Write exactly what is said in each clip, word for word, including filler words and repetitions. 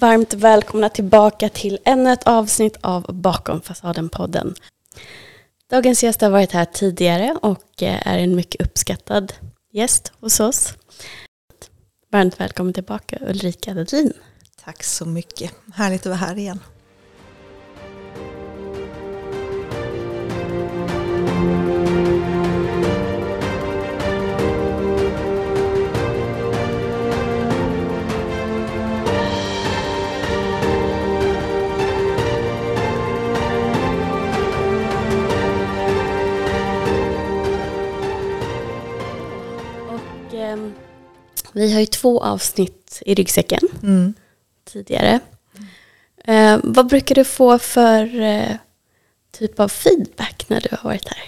Varmt välkomna tillbaka till ännu ett avsnitt av Bakom fasaden-podden. Dagens gäst har varit här tidigare och är en mycket uppskattad gäst hos oss. Varmt välkommen tillbaka, Ulrika Dadin. Tack så mycket. Härligt att vara här igen. Vi har ju två avsnitt i ryggsäcken mm. tidigare. Eh, vad brukar du få för eh, typ av feedback när du har varit här?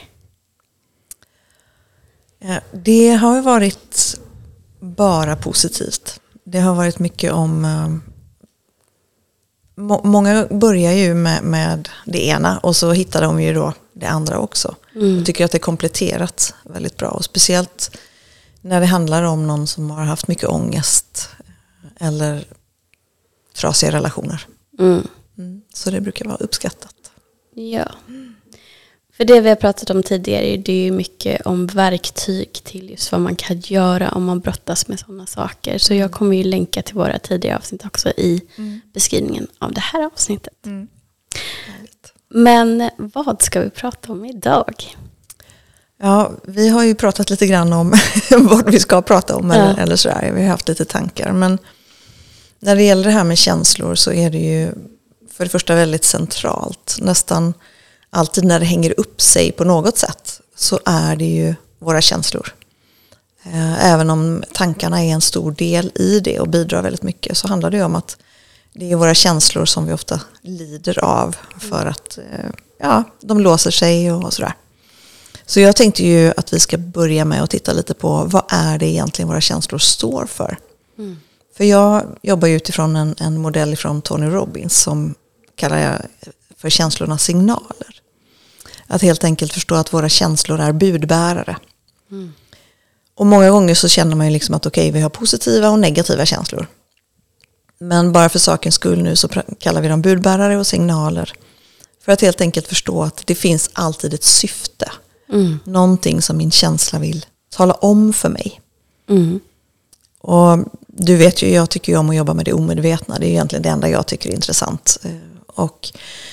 Ja, det har varit bara positivt. Det har varit mycket om... Eh, må, många börjar ju med, med det ena och så hittar de ju då det andra också. Mm. Jag tycker att det är kompletterat väldigt bra. Och speciellt när det handlar om någon som har haft mycket ångest eller trasiga relationer. Mm. Mm. Så det brukar vara uppskattat. Ja. För det vi har pratat om tidigare, det är ju mycket om verktyg till just vad man kan göra om man brottas med sådana saker. Så jag kommer ju länka till våra tidigare avsnitt också i mm. beskrivningen av det här avsnittet. Mm. Men vad ska vi prata om idag? Ja, vi har ju pratat lite grann om vad vi ska prata om eller, ja. eller sådär. Vi har haft lite tankar. Men när det gäller det här med känslor så är det ju för det första väldigt centralt. Nästan alltid när det hänger upp sig på något sätt så är det ju våra känslor. Även om tankarna är en stor del i det och bidrar väldigt mycket så handlar det ju om att det är våra känslor som vi ofta lider av för att ja, de låser sig och sådär. Så jag tänkte ju att vi ska börja med att titta lite på vad är det egentligen våra känslor står för. Mm. För jag jobbar ju utifrån en, en modell från Tony Robbins som kallar jag för känslornas signaler. Att helt enkelt förstå att våra känslor är budbärare. Mm. Och många gånger så känner man ju liksom att okej, okay, vi har positiva och negativa känslor. Men bara för sakens skull nu så kallar vi dem budbärare och signaler. För att helt enkelt förstå att det finns alltid ett syfte. Mm. Någonting som min känsla vill tala om för mig. Mm. Och du vet ju, jag tycker ju om att jobba med det omedvetna. Det är egentligen det enda jag tycker är intressant. Och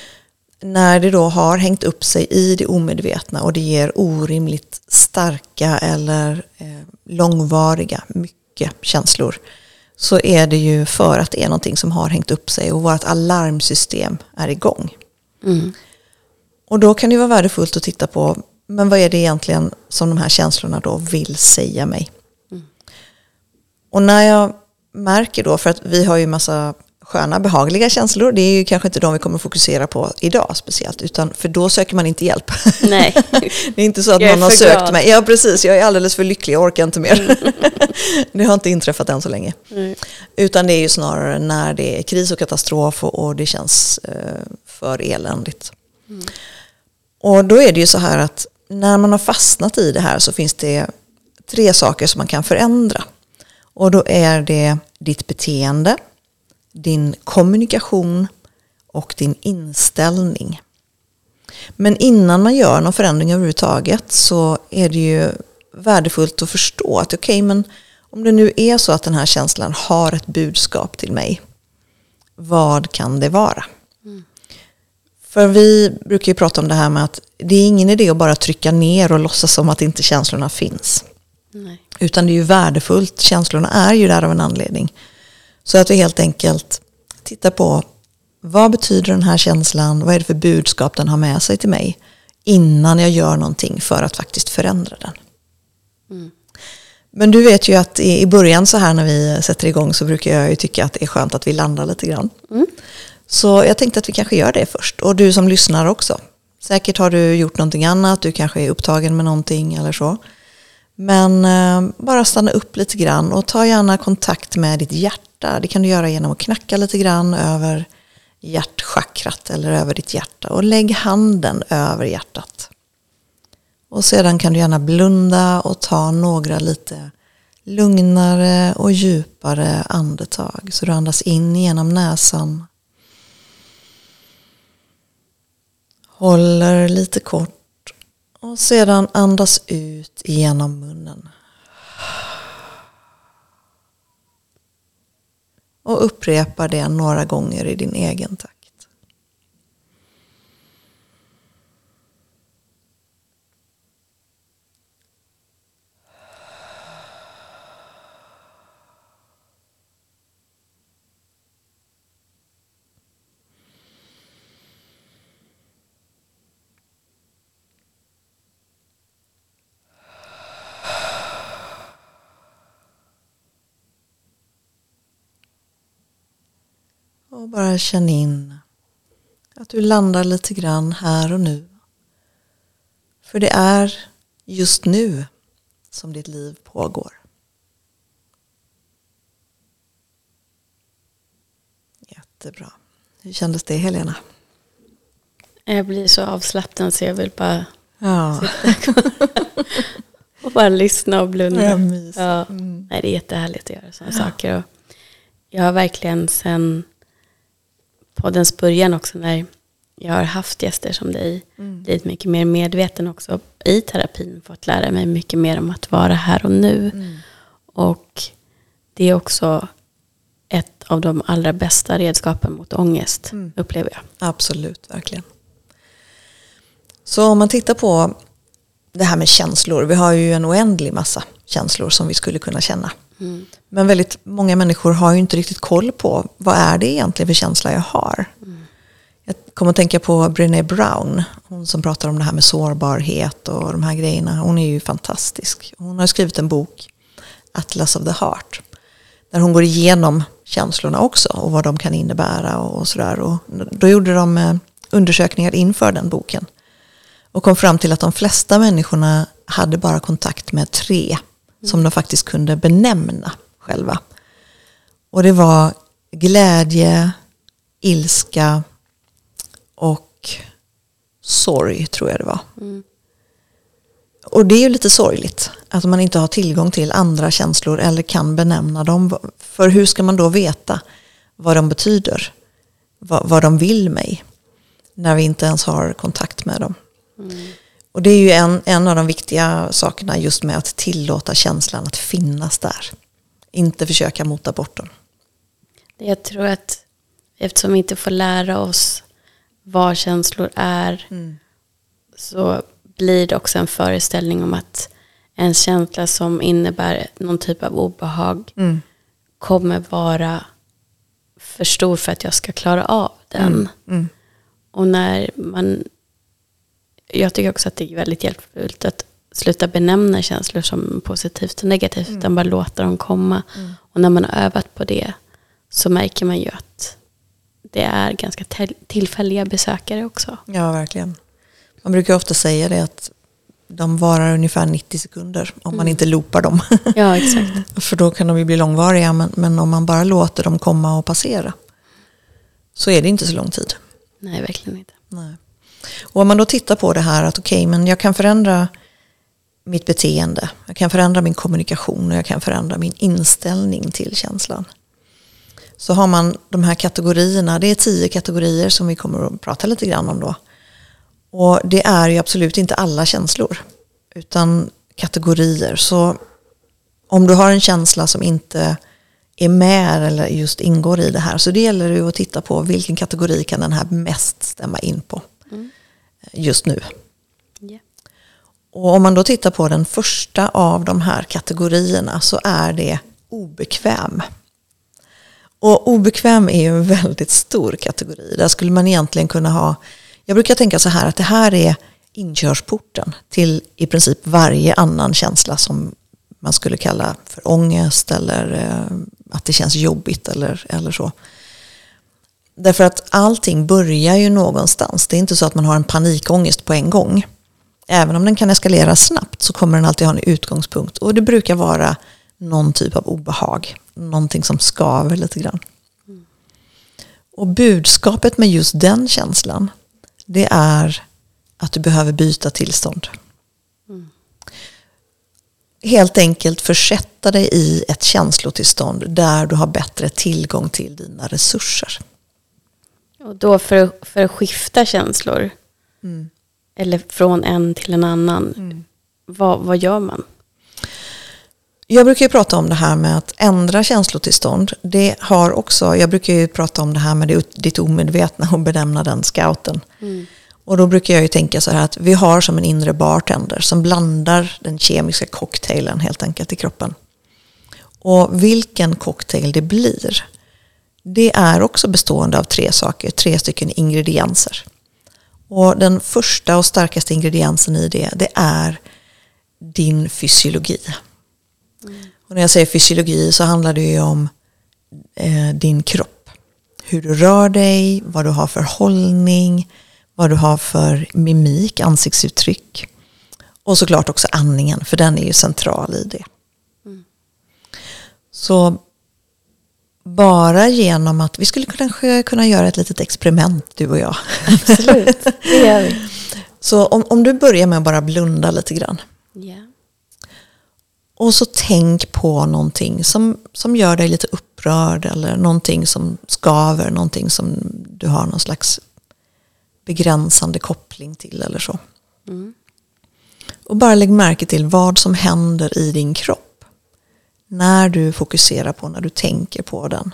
när det då har hängt upp sig i det omedvetna och det ger orimligt starka eller eh, långvariga mycket känslor så är det ju för att det är någonting som har hängt upp sig och vårt alarmsystem är igång. Mm. Och då kan det vara värdefullt att titta på men vad är det egentligen som de här känslorna då vill säga mig? Mm. Och när jag märker då, för att vi har ju massa sköna, behagliga känslor. Det är ju kanske inte de vi kommer att fokusera på idag speciellt. Utan, för då söker man inte hjälp. Nej. Det är inte så att någon har sökt glad. mig. Ja, precis. Jag är alldeles för lycklig. Jag orkar inte mer. Mm. Det har inte inträffat än så länge. Mm. Utan det är ju snarare när det är kris och katastrof och, och det känns eh, för eländigt. Mm. Och då är det ju så här att när man har fastnat i det här så finns det tre saker som man kan förändra. Och då är det ditt beteende, din kommunikation och din inställning. Men innan man gör någon förändring överhuvudtaget så är det ju värdefullt att förstå att okej, okay, men om det nu är så att den här känslan har ett budskap till mig, vad kan det vara? Mm. För vi brukar ju prata om det här med att det är ingen idé att bara trycka ner och låtsas som att inte känslorna finns. Nej. Utan det är ju värdefullt, känslorna är ju där av en anledning. Så att vi helt enkelt tittar på vad betyder den här känslan, vad är det för budskap den har med sig till mig innan jag gör någonting för att faktiskt förändra den. Mm. Men du vet ju att i början så här när vi sätter igång så brukar jag ju tycka att det är skönt att vi landar lite grann. Mm. Så jag tänkte att vi kanske gör det först. Och du som lyssnar också. Säkert har du gjort någonting annat, du kanske är upptagen med någonting eller så. Men eh, bara stanna upp lite grann och ta gärna kontakt med ditt hjärta. Det kan du göra genom att knacka lite grann över hjärtchakrat eller över ditt hjärta. Och lägg handen över hjärtat. Och sedan kan du gärna blunda och ta några lite lugnare och djupare andetag. Så du andas in genom näsan. Håller lite kort och sedan andas ut genom munnen. Och upprepar det några gånger i din egen takt. Och bara känn in att du landar lite grann här och nu. För det är just nu som ditt liv pågår. Jättebra. Hur kändes det, Helena? Jag blir så avslappnad så jag vill bara ja. sitta och bara lyssna och blunda. Ja, mys. Ja. Mm. Nej, det är jättehärligt att göra sådana ja. saker. Och jag har verkligen sen poddens början också, när jag har haft gäster som dig, mm. blivit mycket mer medveten också i terapin, fått lära mig mycket mer om att vara här och nu. Mm. Och det är också ett av de allra bästa redskapen mot ångest, mm. upplever jag. Absolut, verkligen. Så om man tittar på det här med känslor, vi har ju en oändlig massa känslor som vi skulle kunna känna. Mm. Men väldigt många människor har ju inte riktigt koll på vad är det egentligen för känsla jag har. Mm. Jag kommer att tänka på Brené Brown, hon som pratar om det här med sårbarhet och de här grejerna. Hon är ju fantastisk. Hon har skrivit en bok, Atlas of the Heart, där hon går igenom känslorna också och vad de kan innebära och sådär. Och då gjorde de undersökningar inför den boken och kom fram till att de flesta människorna hade bara kontakt med tre som de faktiskt kunde benämna själva. Och det var glädje, ilska och sorg, tror jag det var. Mm. Och det är ju lite sorgligt att man inte har tillgång till andra känslor eller kan benämna dem. För hur ska man då veta vad de betyder? Vad, vad de vill mig? När vi inte ens har kontakt med dem. Mm. Och det är ju en, en av de viktiga sakerna just med att tillåta känslan att finnas där. Inte försöka mota bort den. Jag tror att eftersom vi inte får lära oss vad känslor är, mm. så blir det också en föreställning om att en känsla som innebär någon typ av obehag mm. kommer vara för stor för att jag ska klara av den. Mm. Mm. Och när man... Jag tycker också att det är väldigt hjälpfullt att sluta benämna känslor som positivt och negativt, mm. utan bara låta dem komma. Mm. Och när man har övat på det så märker man ju att det är ganska t- tillfälliga besökare också. Ja, verkligen. Man brukar ofta säga det att de varar ungefär nittio sekunder om mm. man inte loopar dem. Ja, exakt. För då kan de ju bli långvariga, men, men om man bara låter dem komma och passera så är det inte så lång tid. Nej, verkligen inte. Nej. Och om man då tittar på det här att okej, okay, men jag kan förändra mitt beteende, jag kan förändra min kommunikation och jag kan förändra min inställning till känslan. Så har man de här kategorierna, det är tio kategorier som vi kommer att prata lite grann om då. Och det är ju absolut inte alla känslor utan kategorier. Så om du har en känsla som inte är med eller just ingår i det här, så det gäller ju att titta på vilken kategori kan den här mest stämma in på mm. just nu. Yeah. Och om man då tittar på den första av de här kategorierna så är det obekväm. Och obekväm är ju en väldigt stor kategori. Där skulle man egentligen kunna ha, jag brukar tänka så här att det här är inkörsporten till i princip varje annan känsla som man skulle kalla för ångest eller eh, att det känns jobbigt eller, eller så. Därför att allting börjar ju någonstans. Det är inte så att man har en panikångest på en gång. Även om den kan eskalera snabbt så kommer den alltid ha en utgångspunkt. Och det brukar vara någon typ av obehag. Någonting som skaver lite grann. Mm. Och budskapet med just den känslan, det är att du behöver byta tillstånd. Mm. helt enkelt försätta dig i ett känslotillstånd där du har bättre tillgång till dina resurser. Och då för, för att skifta känslor, mm. eller från en till en annan, mm. vad, vad gör man? Jag brukar ju prata om det här med att ändra känslotillstånd. Det har också, jag brukar ju prata om det här med det, ditt omedvetna och benämna den scouten. Mm. Och då brukar jag ju tänka så här att vi har som en inre bartender som blandar den kemiska cocktailen helt enkelt i kroppen. Och vilken cocktail det blir, det är också bestående av tre saker, tre stycken ingredienser. Och den första och starkaste ingrediensen i det, det är din fysiologi. Mm. Och när jag säger fysiologi så handlar det ju om eh, din kropp. Hur du rör dig, vad du har för hållning, vad du har för mimik, ansiktsuttryck. Och såklart också andningen, för den är ju central i det. Mm. Så bara genom att vi skulle kanske kunna göra ett litet experiment, du och jag. Absolut, det gör vi. Så om, om du börjar med att bara blunda lite grann. Yeah. Och så tänk på någonting som, som gör dig lite upprörd eller någonting som skaver, någonting som du har någon slags begränsande koppling till eller så. Mm. Och bara lägg märke till vad som händer i din kropp när du fokuserar på, när du tänker på den.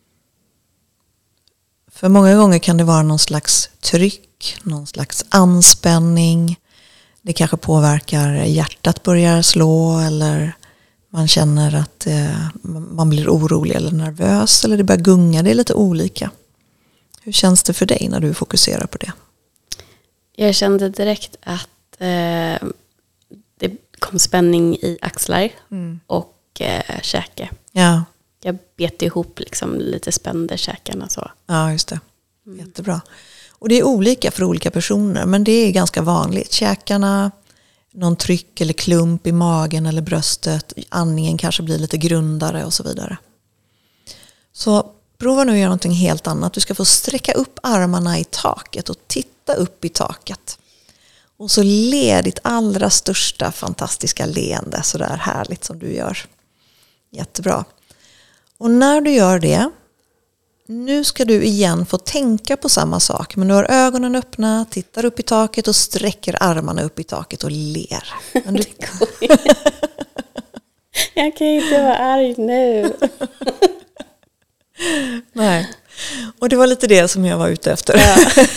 För många gånger kan det vara någon slags tryck, någon slags anspänning. Det kanske påverkar hjärtat börjar slå eller man känner att eh, man blir orolig eller nervös eller det börjar gunga. Det är lite olika. Hur känns det för dig när du fokuserar på det? Jag kände direkt att eh, det kom spänning i axlar mm. och eh, käke. Ja. Jag bet ihop liksom lite spända käkarna så. Ja, just det. Mm. Jättebra. Och det är olika för olika personer, men det är ganska vanligt. Käkarna, någon tryck eller klump i magen eller bröstet, andningen kanske blir lite grundare och så vidare. Så prova nu att göra någonting helt annat. Du ska få sträcka upp armarna i taket och titta upp i taket. Och så le ditt allra största fantastiska leende så där härligt som du gör. Jättebra. Och när du gör det, nu ska du igen få tänka på samma sak. Men du har ögonen öppna, tittar upp i taket och sträcker armarna upp i taket och ler. Men du... Jag kan inte vara arg nu. Nej. Och det var lite det som jag var ute efter. Ja.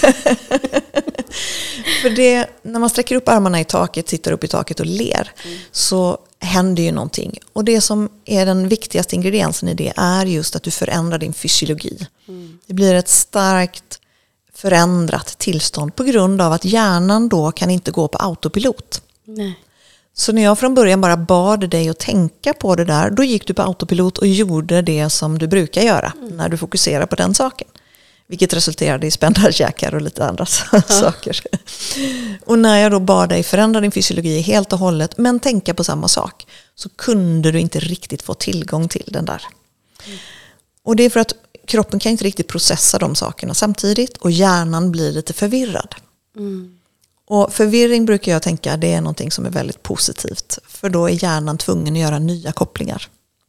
För det, när man sträcker upp armarna i taket, tittar upp i taket och ler, mm. så händer ju någonting. Och det som är den viktigaste ingrediensen i det är just att du förändrar din fysiologi. Mm. Det blir ett starkt förändrat tillstånd på grund av att hjärnan då kan inte gå på autopilot. Nej. Så när jag från början bara bad dig att tänka på det där, då gick du på autopilot och gjorde det som du brukar göra mm. när du fokuserar på den saken. Vilket resulterade i spända käkar och lite andra ja. saker. Och när jag då bad dig förändra din fysiologi helt och hållet, men tänka på samma sak, så kunde du inte riktigt få tillgång till den där. Mm. Och det är för att kroppen kan inte riktigt processa de sakerna samtidigt och hjärnan blir lite förvirrad. Mm. Och förvirring brukar jag tänka, det är någonting som är väldigt positivt. För då är hjärnan tvungen att göra nya kopplingar.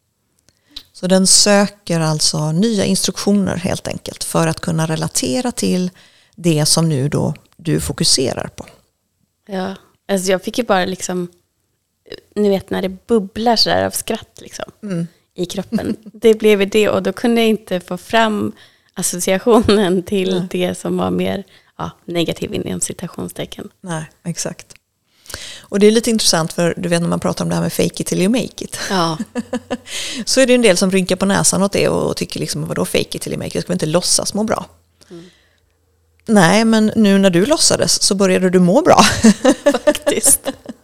Så den söker alltså nya instruktioner helt enkelt för att kunna relatera till det som nu då du fokuserar på. Ja, alltså jag fick ju bara liksom, ni vet när det bubblar så där av skratt liksom mm. i kroppen. Det blev det och då kunde jag inte få fram associationen till mm. det som var mer ja, negativ inom citationstecken. Nej, exakt. Och det är lite intressant för du vet när man pratar om det här med fake it till you make it. Ja. Så är det en del som rynkar på näsan åt det och tycker liksom vadå fake it till you make it? Jag ska inte låtsas må bra. Mm. Nej, men nu när du låtsades så började du må bra. Faktiskt.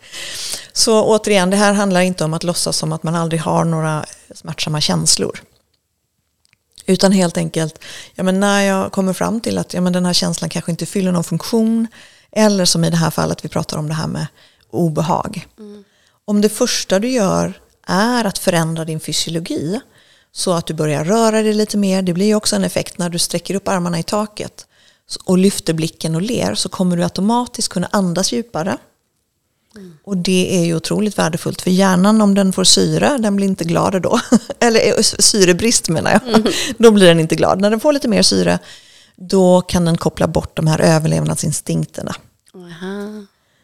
Så återigen, det här handlar inte om att låtsas som att man aldrig har några smärtsamma känslor. Utan helt enkelt, ja, men när jag kommer fram till att ja, men den här känslan kanske inte fyller någon funktion. Eller som i det här fallet vi pratar om det här med obehag. Mm. Om det första du gör är att förändra din fysiologi så att du börjar röra dig lite mer. Det blir ju också en effekt när du sträcker upp armarna i taket och lyfter blicken och ler, så kommer du automatiskt kunna andas djupare. Mm. Och det är ju otroligt värdefullt för hjärnan, om den får syre, den blir inte glad då. Eller syrebrist menar jag. Mm. Då blir den inte glad. När den får lite mer syre, då kan den koppla bort de här överlevnadsinstinkterna. Aha.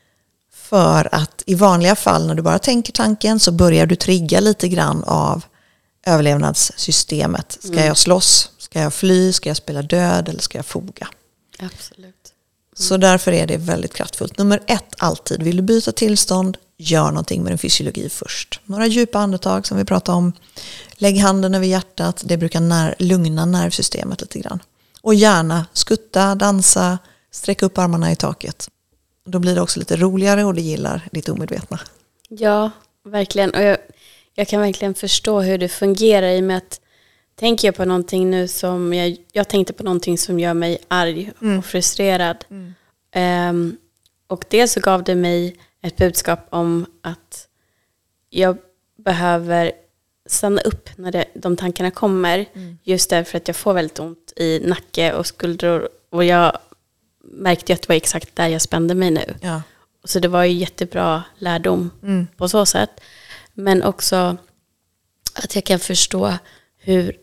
För att i vanliga fall när du bara tänker tanken så börjar du trigga lite grann av överlevnadssystemet. Ska mm. jag slåss? Ska jag fly? Ska jag spela död? Eller ska jag foga? Absolut. Mm. Så därför är det väldigt kraftfullt. Nummer ett alltid. Vill du byta tillstånd? Gör någonting med din fysiologi först. Några djupa andetag som vi pratade om. Lägg handen över hjärtat. Det brukar när- lugna nervsystemet lite grann. Och gärna skutta, dansa, sträcka upp armarna i taket. Då blir det också lite roligare och det gillar ditt omedvetna. Ja, verkligen. Och jag, jag kan verkligen förstå hur det fungerar i och med att tänker jag på någonting nu som jag, jag tänkte på någonting som gör mig arg mm. och frustrerad. Mm. Um, och det så gav det mig ett budskap om att jag behöver stanna upp när det, de tankarna kommer. Mm. Just därför att jag får väldigt ont i nacke och skuldror. Och jag märkte att det var exakt där jag spände mig nu. Ja. Så det var ju jättebra lärdom mm. på så sätt. Men också att jag kan förstå hur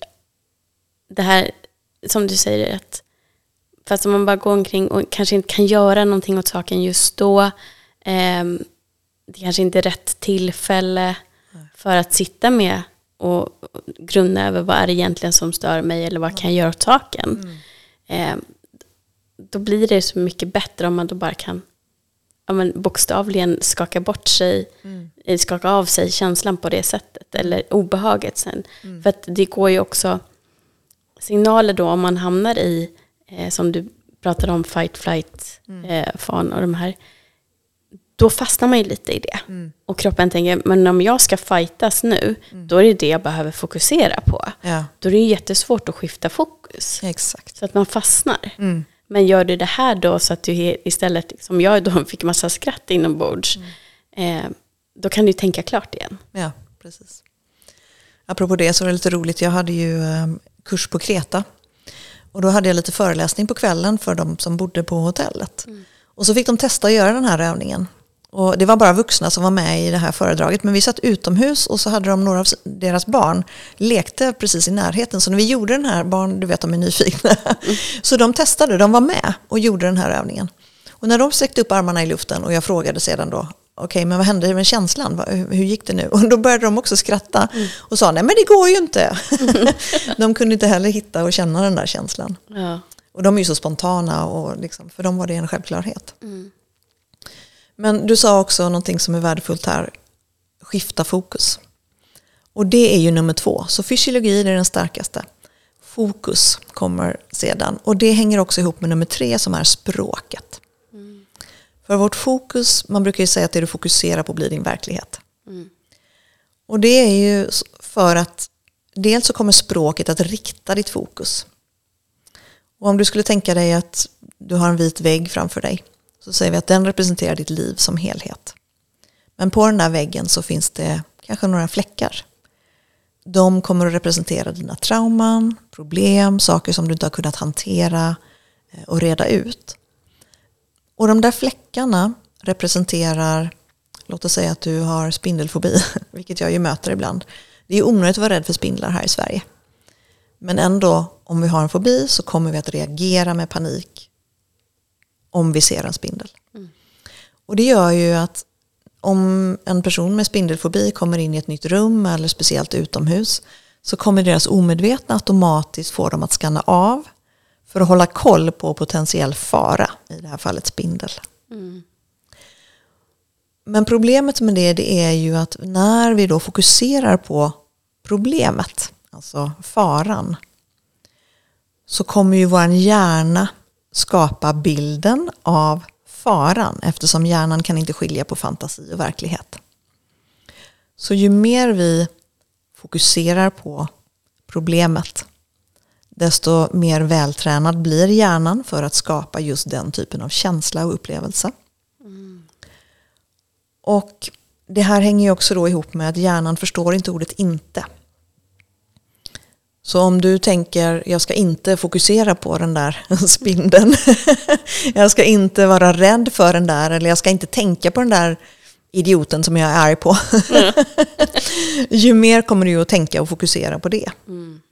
det här, som du säger, att fast om man bara går omkring och kanske inte kan göra någonting åt saken just då, eh, det kanske inte är rätt tillfälle för att sitta med och grunna över vad är det egentligen som stör mig eller vad kan jag göra åt saken. Mm. Eh, då blir det så mycket bättre om man då bara kan ja, men bokstavligen skaka bort sig, mm. skaka av sig känslan på det sättet eller obehaget sen. Mm. För att det går ju också signaler då om man hamnar i, eh, som du pratade om, fight, flight, mm. eh, fan och de här. Då fastnar man ju lite i det. Mm. Och kroppen tänker, men om jag ska fightas nu, mm. då är det det jag behöver fokusera på. Ja. Då är det jättesvårt att skifta fokus. Exakt. Så att man fastnar. Mm. Men gör du det här då så att du istället, som jag då fick massa skratt inombords, mm. eh, då kan du tänka klart igen. Ja, precis. Apropå det så var det lite roligt. Jag hade ju eh, kurs på Kreta. Och då hade jag lite föreläsning på kvällen för de som bodde på hotellet. Mm. Och så fick de testa att göra den här övningen. Och det var bara vuxna som var med i det här föredraget. Men vi satt utomhus och så hade de några av deras barn lekte precis i närheten. Så när vi gjorde den här, barn, du vet de är nyfikna. Mm. Så de testade, de var med och gjorde den här övningen. Och när de sträckte upp armarna i luften och jag frågade sedan då, okej okay, men vad hände med känslan? Hur gick det nu? Och då började de också skratta mm. och sa, nej men det går ju inte. Mm. De kunde inte heller hitta och känna den där känslan. Ja. Och de är ju så spontana och liksom, för dem var det en självklarhet. Mm. Men du sa också någonting som är värdefullt här. Skifta fokus. Och det är ju nummer två. Så fysiologi är den starkaste. Fokus kommer sedan. Och det hänger också ihop med nummer tre som är språket. Mm. För vårt fokus, man brukar ju säga att det du fokuserar på blir din verklighet. Mm. Och det är ju för att dels så kommer språket att rikta ditt fokus. Och om du skulle tänka dig att du har en vit vägg framför dig, så säger vi att den representerar ditt liv som helhet. Men på den där väggen så finns det kanske några fläckar. De kommer att representera dina trauman, problem, saker som du inte har kunnat hantera och reda ut. Och de där fläckarna representerar, låt oss säga att du har spindelfobi, vilket jag ju möter ibland. Det är onödigt att vara rädd för spindlar här i Sverige. Men ändå, om vi har en fobi så kommer vi att reagera med panik om vi ser en spindel. Mm. Och det gör ju att om en person med spindelfobi kommer in i ett nytt rum eller speciellt utomhus, så kommer deras omedvetna automatiskt få dem att skanna av för att hålla koll på potentiell fara, i det här fallet spindel. Mm. Men problemet med det, det är ju att när vi då fokuserar på problemet, alltså faran, så kommer ju vår hjärna skapa bilden av faran, eftersom hjärnan kan inte skilja på fantasi och verklighet. Så ju mer vi fokuserar på problemet, desto mer vältränad blir hjärnan för att skapa just den typen av känsla och upplevelse. Mm. Och det här hänger ju också då ihop med att hjärnan förstår inte ordet inte. Så om du tänker, jag ska inte fokusera på den där spindeln. Jag ska inte vara rädd för den där, eller jag ska inte tänka på den där idioten som jag är arg på. Mm. Ju mer kommer du att tänka och fokusera på det. Mm.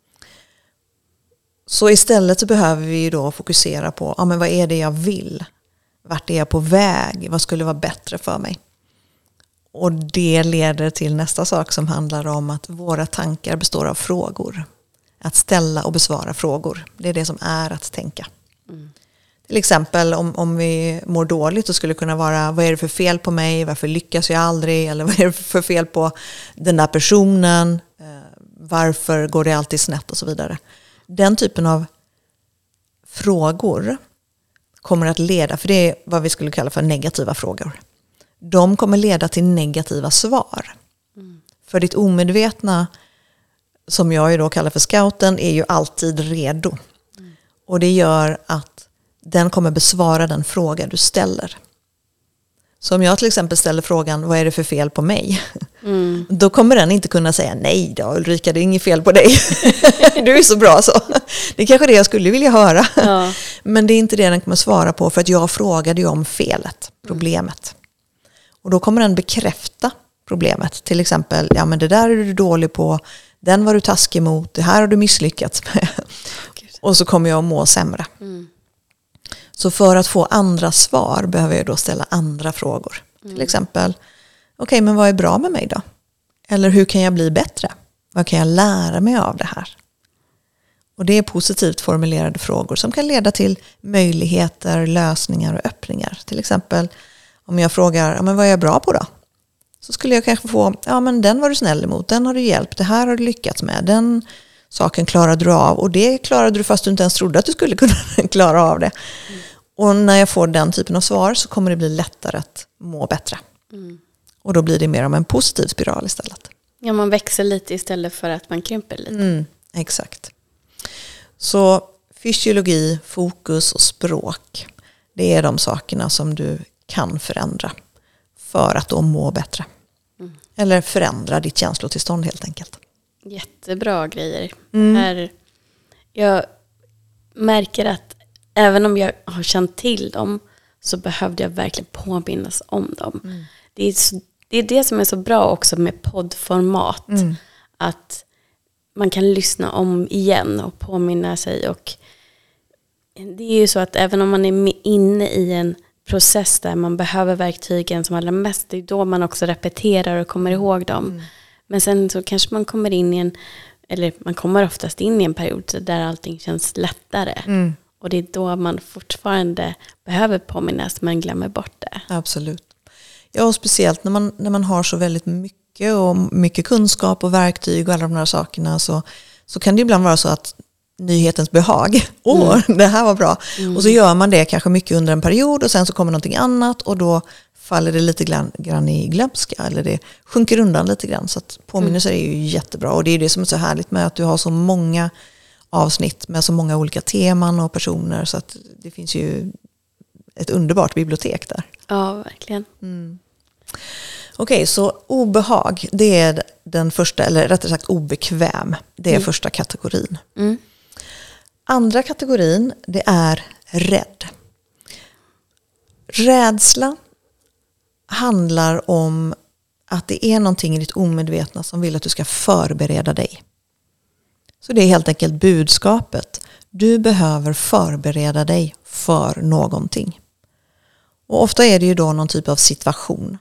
Så istället så behöver vi då fokusera på ja, men vad är det jag vill? Vart är jag på väg? Vad skulle vara bättre för mig? Och det leder till nästa sak som handlar om att våra tankar består av frågor. Att ställa och besvara frågor. Det är det som är att tänka. Mm. Till exempel om, om vi mår dåligt så skulle det kunna vara vad är det för fel på mig? Varför lyckas jag aldrig? Eller vad är det för fel på den där personen? Varför går det alltid snett och så vidare? Den typen av frågor kommer att leda, för det är vad vi skulle kalla för negativa frågor. De kommer leda till negativa svar. Mm. För ditt omedvetna, som jag ju då kallar för scouten, är ju alltid redo. Mm. Och det gör att den kommer besvara den fråga du ställer. Så om jag till exempel ställer frågan, vad är det för fel på mig? Mm. Då kommer den inte kunna säga, nej då Ulrika, det är inget fel på dig. Du är så bra så. Det är kanske det jag skulle vilja höra. Ja. Men det är inte det den kommer svara på, för att jag frågade ju om felet, problemet. Mm. Och då kommer den bekräfta problemet. Till exempel, ja men det där är du dålig på, den var du taskig mot, det här har du misslyckats med. Gud. Och så kommer jag att må sämre. Mm. Så för att få andra svar behöver jag då ställa andra frågor. Mm. Till exempel, okej okay, men vad är bra med mig då? Eller hur kan jag bli bättre? Vad kan jag lära mig av det här? Och det är positivt formulerade frågor som kan leda till möjligheter, lösningar och öppningar. Till exempel om jag frågar, ja men vad är jag bra på då? Så skulle jag kanske få, ja men den var du snäll emot, den har du hjälpt, det här har du lyckats med, den saken klarade du av, och det klarade du fast du inte ens trodde att du skulle kunna klara av det. Mm. Och när jag får den typen av svar så kommer det bli lättare att må bättre. Mm. Och då blir det mer om en positiv spiral istället. Ja, man växer lite istället för att man krymper lite. Mm, exakt. Så fysiologi, fokus och språk, det är de sakerna som du kan förändra för att då må bättre. Mm. Eller förändra ditt känslotillstånd helt enkelt. Jättebra grejer. Mm. Här, jag märker att även om jag har känt till dem så behövde jag verkligen påminnas om dem. Mm. Det är, så, det är det som är så bra också med poddformat. Mm. Att man kan lyssna om igen och påminna sig. Och det är ju så att även om man är inne i en process där man behöver verktygen som allra mest, det är då man också repeterar och kommer ihåg dem. Mm. Men sen så kanske man kommer in i en, eller man kommer oftast in i en period där allting känns lättare. Mm. Och det är då man fortfarande behöver påminnas men glömmer bort det. Absolut. Ja, och speciellt när man, när man har så väldigt mycket och mycket kunskap och verktyg och alla de här sakerna, så, så kan det ibland vara så att nyhetens behag, åh, mm. det här var bra. Mm. Och så gör man det kanske mycket under en period och sen så kommer någonting annat och då faller det lite grann, grann i glömska eller det sjunker undan lite grann. Så att påminnelser mm. är ju jättebra, och det är det som är så härligt med att du har så många avsnitt med så många olika teman och personer, så att det finns ju ett underbart bibliotek där. Ja, verkligen. Mm. Okej, okay, så obehag, det är den första, eller rättare sagt obekväm, det är mm. första kategorin. Mm. Andra kategorin, det är rädd. Rädsla handlar om att det är någonting i ditt omedvetna som vill att du ska förbereda dig. Så det är helt enkelt budskapet. Du behöver förbereda dig för någonting. Och ofta är det ju då någon typ av situation.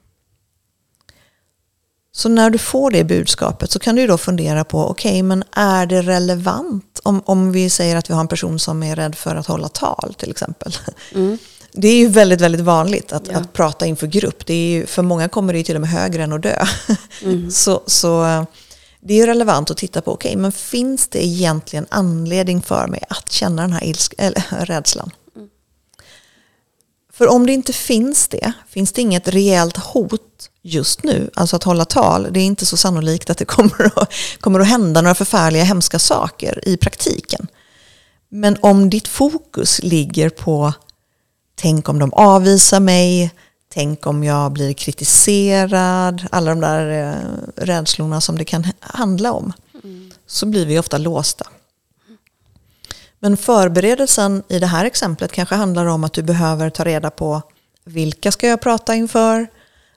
Så när du får det budskapet så kan du då fundera på, okej, okay, men är det relevant? Om, om vi säger att vi har en person som är rädd för att hålla tal till exempel. Mm. Det är ju väldigt, väldigt vanligt att, ja. att prata inför grupp. Det är ju, för många kommer det ju till och med högre än att dö. Mm. så, så det är ju relevant att titta på, okej, okay, men finns det egentligen anledning för mig att känna den här ilsk- eller, rädslan? Mm. För om det inte finns det, finns det inget rejält hot just nu, alltså att hålla tal, det är inte så sannolikt att det kommer att, kommer att hända några förfärliga, hemska saker i praktiken. Men om ditt fokus ligger på, tänk om de avvisar mig, tänk om jag blir kritiserad, alla de där eh, rädslorna som det kan handla om, mm. så blir vi ofta låsta. Men förberedelsen i det här exemplet kanske handlar om att du behöver ta reda på vilka ska jag prata inför,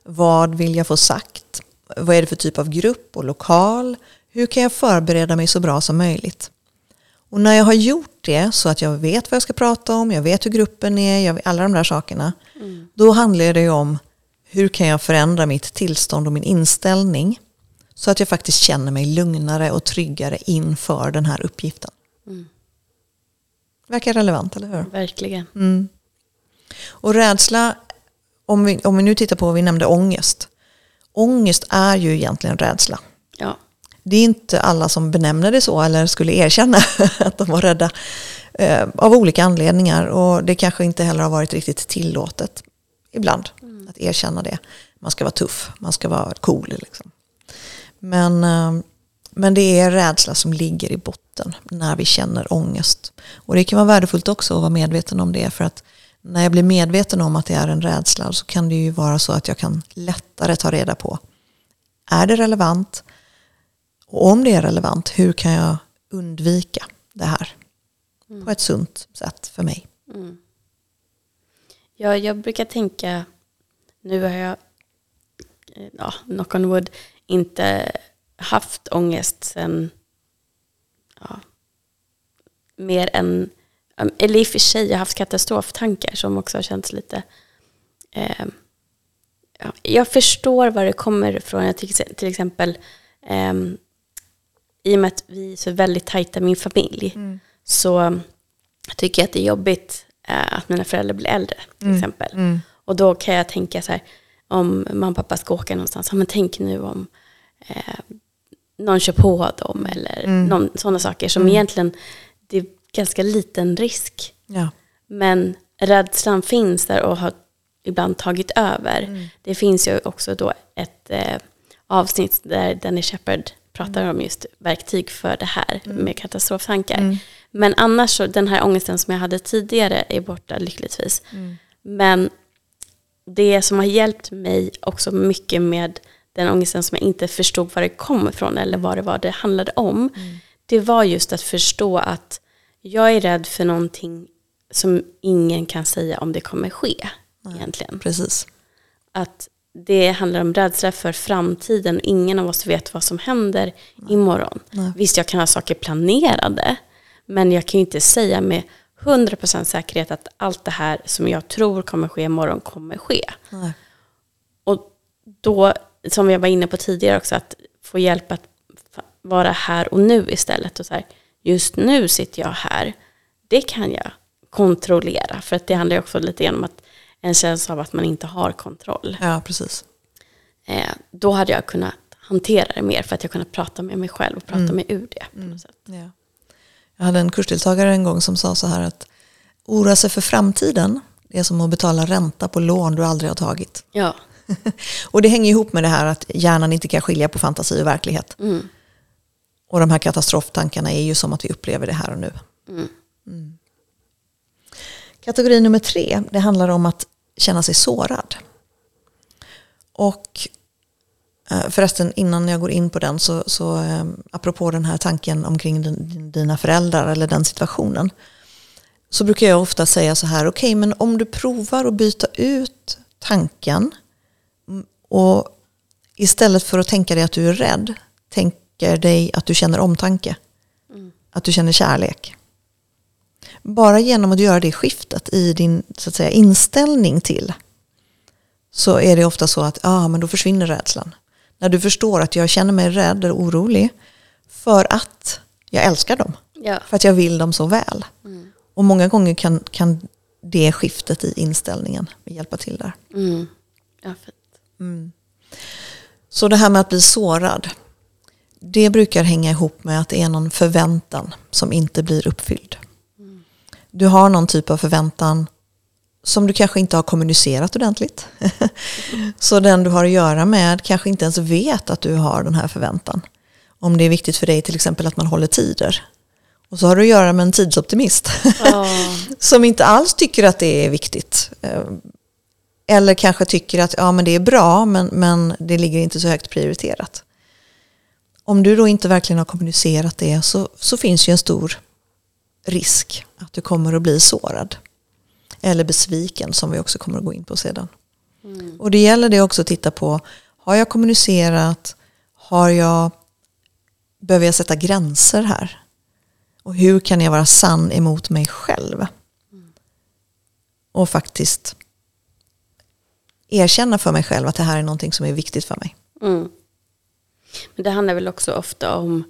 Vad vill jag få sagt? Vad är det för typ av grupp och lokal? Hur kan jag förbereda mig så bra som möjligt? Och när jag har gjort det så att jag vet vad jag ska prata om, jag vet hur gruppen är, jag vet alla de där sakerna. Mm. Då handlar det om hur kan jag förändra mitt tillstånd och min inställning så att jag faktiskt känner mig lugnare och tryggare inför den här uppgiften. Mm. Verkar relevant, eller hur? Verkligen. Mm. Och rädsla, om vi, om vi nu tittar på, vi nämnde ångest. Ångest är ju egentligen rädsla. Ja. Det är inte alla som benämner det så eller skulle erkänna att de var rädda eh, av olika anledningar. Och det kanske inte heller har varit riktigt tillåtet ibland mm. att erkänna det. Man ska vara tuff, man ska vara cool. Liksom. Men, eh, men det är rädsla som ligger i botten när vi känner ångest. Och det kan vara värdefullt också att vara medveten om det. För att när jag blir medveten om att det är en rädsla så kan det ju vara så att jag kan lättare ta reda på. Är det relevant? Och om det är relevant, hur kan jag undvika det här mm. på ett sunt sätt för mig? Mm. Ja, jag brukar tänka, nu har jag, ja, knock on wood, inte haft ångest sen, ja, mer än, eller i och för sig, jag har haft katastroftankar som också har känts lite, eh, ja, jag förstår var det kommer ifrån. Jag tycker till exempel, eh, i och med att vi är så väldigt tajta med min familj mm. så tycker jag att det är jobbigt eh, att mina föräldrar blir äldre till mm. exempel. Mm. Och då kan jag tänka så här, om mamma och pappa ska åka någonstans, ja, men tänk nu om eh, någon kör på dem eller mm. någon, sådana saker som mm. egentligen, det är ganska liten risk. Ja. Men rädslan finns där och har ibland tagit över. Mm. Det finns ju också då ett eh, avsnitt där Danny Shepard pratar om just verktyg för det här mm. med katastroftankar. Mm. Men annars så, den här ångesten som jag hade tidigare är borta lyckligtvis. Mm. Men det som har hjälpt mig också mycket med den ångesten som jag inte förstod var det kom ifrån eller vad det var det handlade om. Mm. Det var just att förstå att jag är rädd för någonting som ingen kan säga om det kommer ske. Nej, egentligen. Precis. Att det handlar om rädsla för framtiden. Ingen av oss vet vad som händer Nej. imorgon. Nej. Visst, jag kan ha saker planerade. Men jag kan ju inte säga med hundra procent säkerhet att allt det här som jag tror kommer ske imorgon kommer ske. Nej. Och då, som jag var inne på tidigare också, att få hjälp att vara här och nu istället. Och så här, just nu sitter jag här. Det kan jag kontrollera. För att det handlar också lite grann om att en känsla av att man inte har kontroll. Ja, precis. Eh, då hade jag kunnat hantera det mer för att jag kunnat prata med mig själv och prata mm. mig ur det på något sätt. Ja. Jag hade en kursdeltagare en gång som sa så här att oroa sig för framtiden är som att betala ränta på lån du aldrig har tagit. Ja. Och det hänger ihop med det här att hjärnan inte kan skilja på fantasi och verklighet. Mm. Och de här katastroftankarna är ju som att vi upplever det här och nu. Mm. Mm. Kategori nummer tre, det handlar om att känna sig sårad. Och förresten, innan jag går in på den så, så apropå den här tanken omkring din, dina föräldrar eller den situationen, så brukar jag ofta säga så här, okej, okay, men om du provar att byta ut tanken och istället för att tänka dig att du är rädd, tänker dig att du känner omtanke, mm. att du känner kärlek. Bara genom att göra det skiftet i din, så att säga, inställning till, så är det ofta så att ah, men då försvinner rädslan. När du förstår att jag känner mig rädd eller orolig för att jag älskar dem. Ja. För att jag vill dem så väl. Mm. Och många gånger kan, kan det skiftet i inställningen hjälpa till där. Mm. Ja, fint. Mm. Så det här med att bli sårad, det brukar hänga ihop med att det är någon förväntan som inte blir uppfylld. Mm. Du har någon typ av förväntan som du kanske inte har kommunicerat ordentligt. Så den du har att göra med kanske inte ens vet att du har den här förväntan. Om det är viktigt för dig till exempel att man håller tider. Och så har du att göra med en tidsoptimist. Oh. Som inte alls tycker att det är viktigt. Eller kanske tycker att ja, men det är bra men, men det ligger inte så högt prioriterat. Om du då inte verkligen har kommunicerat det så, så finns ju en stor risk att du kommer att bli sårad. Eller besviken som vi också kommer att gå in på sedan. Mm. Och det gäller det också att titta på, har jag kommunicerat, har jag, behöver jag sätta gränser här? Och hur kan jag vara sann emot mig själv? Mm. Och faktiskt erkänna för mig själv att det här är någonting som är viktigt för mig. Mm. Men det handlar väl också ofta om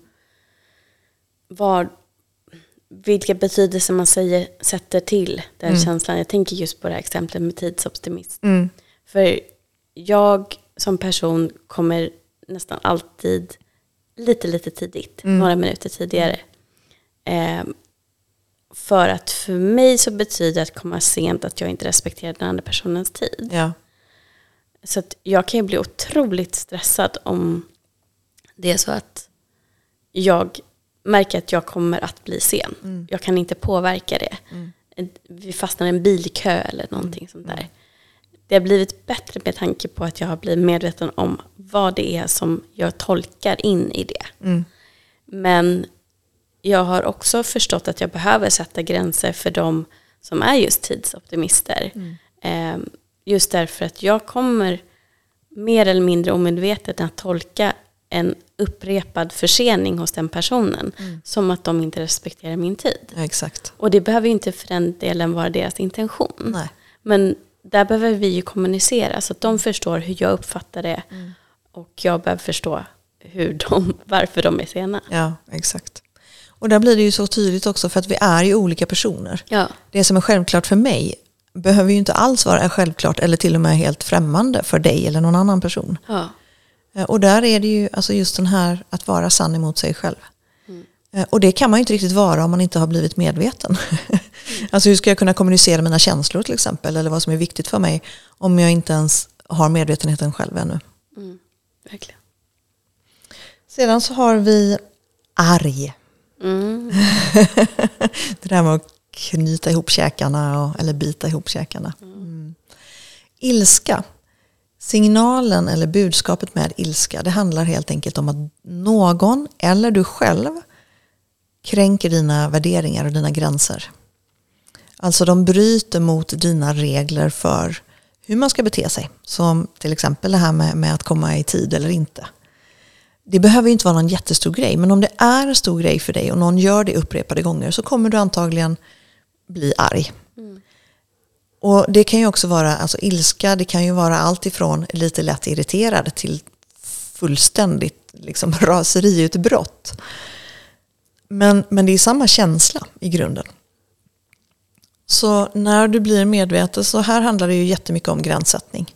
vad, vilka betydelser man säger, sätter till den mm. känslan. Jag tänker just på det här exemplet med tidsoptimist. Mm. För jag som person kommer nästan alltid lite, lite tidigt. Mm. Några minuter tidigare. Eh, för att för mig så betyder att komma sent att jag inte respekterar den andra personens tid. Ja. Så att jag kan ju bli otroligt stressad om det är så att jag märker att jag kommer att bli sen. Mm. Jag kan inte påverka det. Mm. Vi fastnar i en bilkö eller någonting mm. sånt där. Det har blivit bättre med tanke på att jag har blivit medveten om vad det är som jag tolkar in i det. Mm. Men jag har också förstått att jag behöver sätta gränser för de som är just tidsoptimister. Mm. Eh, just därför att jag kommer mer eller mindre omedvetet att tolka en upprepad försening hos den personen mm. som att de inte respekterar min tid. Ja, exakt. Och det behöver ju inte för den delen vara deras intention. Nej. Men där behöver vi ju kommunicera så att de förstår hur jag uppfattar det mm. och jag behöver förstå hur de, varför de är sena. Ja, exakt. Och där blir det ju så tydligt också för att vi är ju olika personer. Ja. Det som är självklart för mig behöver ju inte alls vara självklart eller till och med helt främmande för dig eller någon annan person. Ja. Och där är det ju alltså just den här att vara sann emot sig själv. Mm. Och det kan man ju inte riktigt vara om man inte har blivit medveten. Mm. Alltså hur ska jag kunna kommunicera mina känslor till exempel eller vad som är viktigt för mig om jag inte ens har medvetenheten själv ännu. Mm. Verkligen. Sedan så har vi arg. Mm. Det där med att knyta ihop käkarna och, eller bita ihop käkarna. Mm. Ilska. Signalen eller budskapet med ilska, det handlar helt enkelt om att någon eller du själv kränker dina värderingar och dina gränser. Alltså de bryter mot dina regler för hur man ska bete sig. Som till exempel det här med, med att komma i tid eller inte. Det behöver ju inte vara någon jättestor grej, men om det är en stor grej för dig och någon gör det upprepade gånger så kommer du antagligen bli arg. Mm. Och det kan ju också vara, alltså ilska, det kan ju vara allt ifrån lite lätt irriterad till fullständigt liksom raseriutbrott. Men, men det är samma känsla i grunden. Så när du blir medveten, så här handlar det ju jättemycket om gränssättning.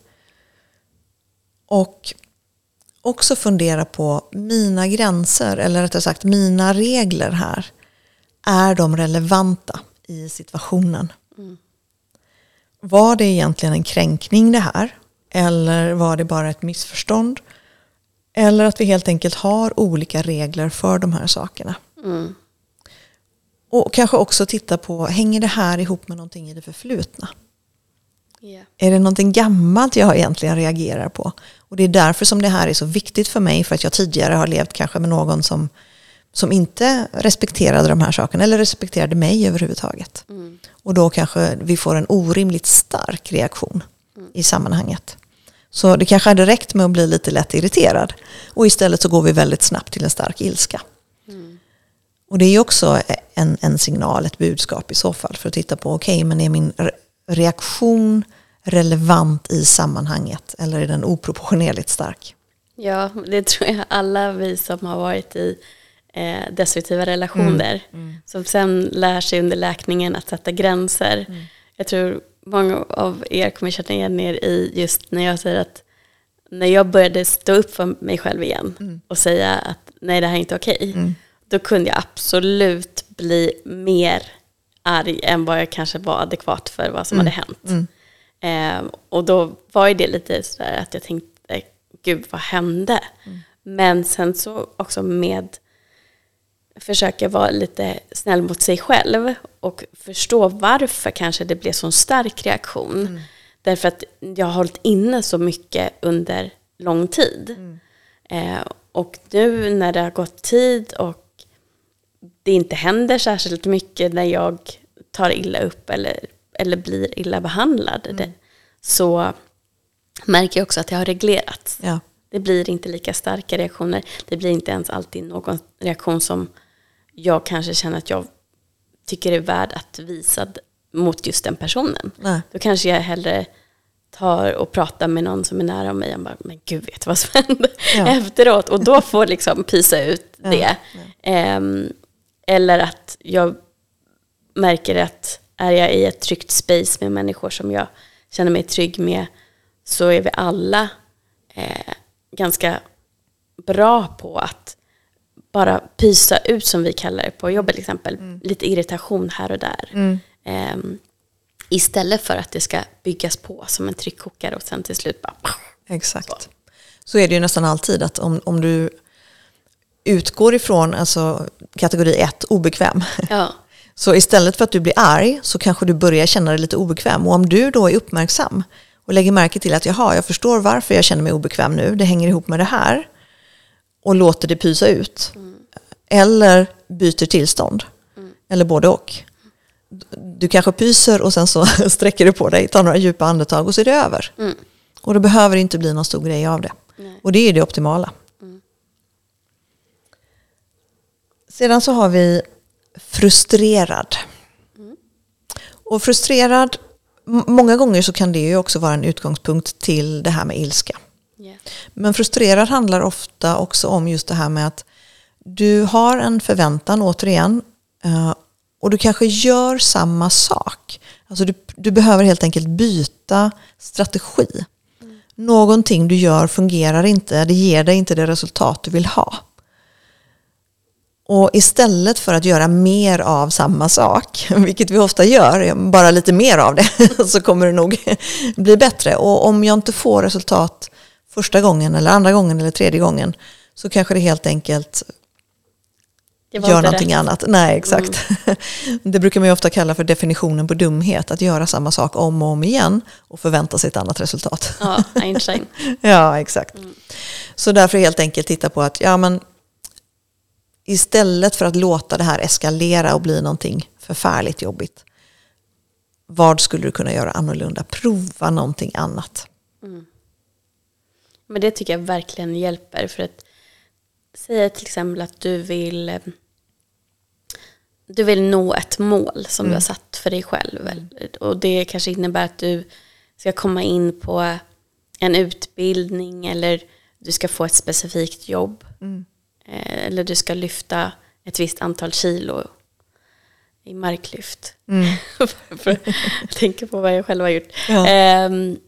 Och också fundera på mina gränser, eller rättare sagt mina regler här. Är de relevanta i situationen? Mm. Var det egentligen en kränkning det här? Eller var det bara ett missförstånd? Eller att vi helt enkelt har olika regler för de här sakerna. Mm. Och kanske också titta på, hänger det här ihop med någonting i det förflutna? Yeah. Är det någonting gammalt jag egentligen reagerar på? Och det är därför som det här är så viktigt för mig. För att jag tidigare har levt kanske med någon som, som inte respekterade de här sakerna. Eller respekterade mig överhuvudtaget. Mm. Och då kanske vi får en orimligt stark reaktion mm. i sammanhanget. Så det kanske hade räckt med att bli lite lätt irriterad. Och istället så går vi väldigt snabbt till en stark ilska. Mm. Och det är ju också en, en signal, ett budskap i så fall. För att titta på, okej, okay, men är min reaktion relevant i sammanhanget? Eller är den oproportionerligt stark? Ja, det tror jag alla vi som har varit i eh, destruktiva relationer. Mm. Mm. Som sen lär sig under läkningen att sätta gränser. Mm. Jag tror många av er kommer känna igen er i just när jag säger att när jag började stå upp för mig själv igen mm. och säga att nej, det här är inte okej. Mm. Då kunde jag absolut bli mer arg än vad jag kanske var adekvat för vad som mm. hade hänt. Mm. Eh, och då var det lite sådär att jag tänkte, gud vad hände? Mm. Men sen så också med försöka vara lite snäll mot sig själv och förstå varför kanske det blev så stark reaktion. Mm. Därför att jag har hållit inne så mycket under lång tid. Mm. Eh, och nu när det har gått tid och det inte händer särskilt mycket när jag tar illa upp eller, eller blir illa behandlad. Mm. Det, så märker jag också att det har reglerats. Ja. Det blir inte lika starka reaktioner. Det blir inte ens alltid någon reaktion som jag kanske känner att jag tycker är värd att visa mot just den personen. Nej. Då kanske jag hellre tar och pratar med någon som är nära mig och bara, men gud vet vad som hände ja. efteråt. Och då får liksom pysa ut ja. det. Ja. Um, eller att jag märker att är jag i ett tryggt space med människor som jag känner mig trygg med, så är vi alla eh, ganska bra på att bara pysa ut, som vi kallar det på jobbet till exempel. Mm. Lite irritation här och där. Mm. Um, istället för att det ska byggas på som en tryckkokare och sen till slut bara... Exakt. Så, så är det ju nästan alltid att om, om du utgår ifrån alltså, kategori ett, obekväm. Ja. Så istället för att du blir arg så kanske du börjar känna dig lite obekväm. Och om du då är uppmärksam och lägger märke till att jaha, jag förstår varför jag känner mig obekväm nu. Det hänger ihop med det här. Och låter det pysa ut. Mm. Eller byter tillstånd. Mm. Eller både och. Du kanske pyser och sen så sträcker du på dig, tar några djupa andetag och så är det över. Mm. Och då behöver det inte bli någon stor grej av det. Nej. Och det är det optimala. Mm. Sedan så har vi frustrerad. Mm. Och frustrerad, m- många gånger så kan det ju också vara en utgångspunkt till det här med ilska. Yeah. Men frustrerad handlar ofta också om just det här med att du har en förväntan återigen uh, och du kanske gör samma sak. Alltså du, du behöver helt enkelt byta strategi. Mm. Någonting du gör fungerar inte, det ger dig inte det resultat du vill ha. Och istället för att göra mer av samma sak, vilket vi ofta gör, bara lite mer av det, så kommer det nog bli bättre. Och om jag inte får resultat första gången eller andra gången eller tredje gången, så kanske det helt enkelt gör någonting rätt. Annat. Nej, exakt. Mm. Det brukar man ju ofta kalla för definitionen på dumhet, att göra samma sak om och om igen och förvänta sig ett annat resultat. Ja, Einstein. Ja, exakt. Mm. Så därför helt enkelt titta på att ja, men istället för att låta det här eskalera och bli någonting förfärligt jobbigt, vad skulle du kunna göra annorlunda? Prova någonting annat. Mm. Men det tycker jag verkligen hjälper. För att säga till exempel att du vill du vill nå ett mål som mm. du har satt för dig själv. Mm. Och det kanske innebär att du ska komma in på en utbildning eller du ska få ett specifikt jobb. Mm. Eller du ska lyfta ett visst antal kilo i marklyft. Mm. För jag tänker på vad jag själv har gjort. Ja. Um,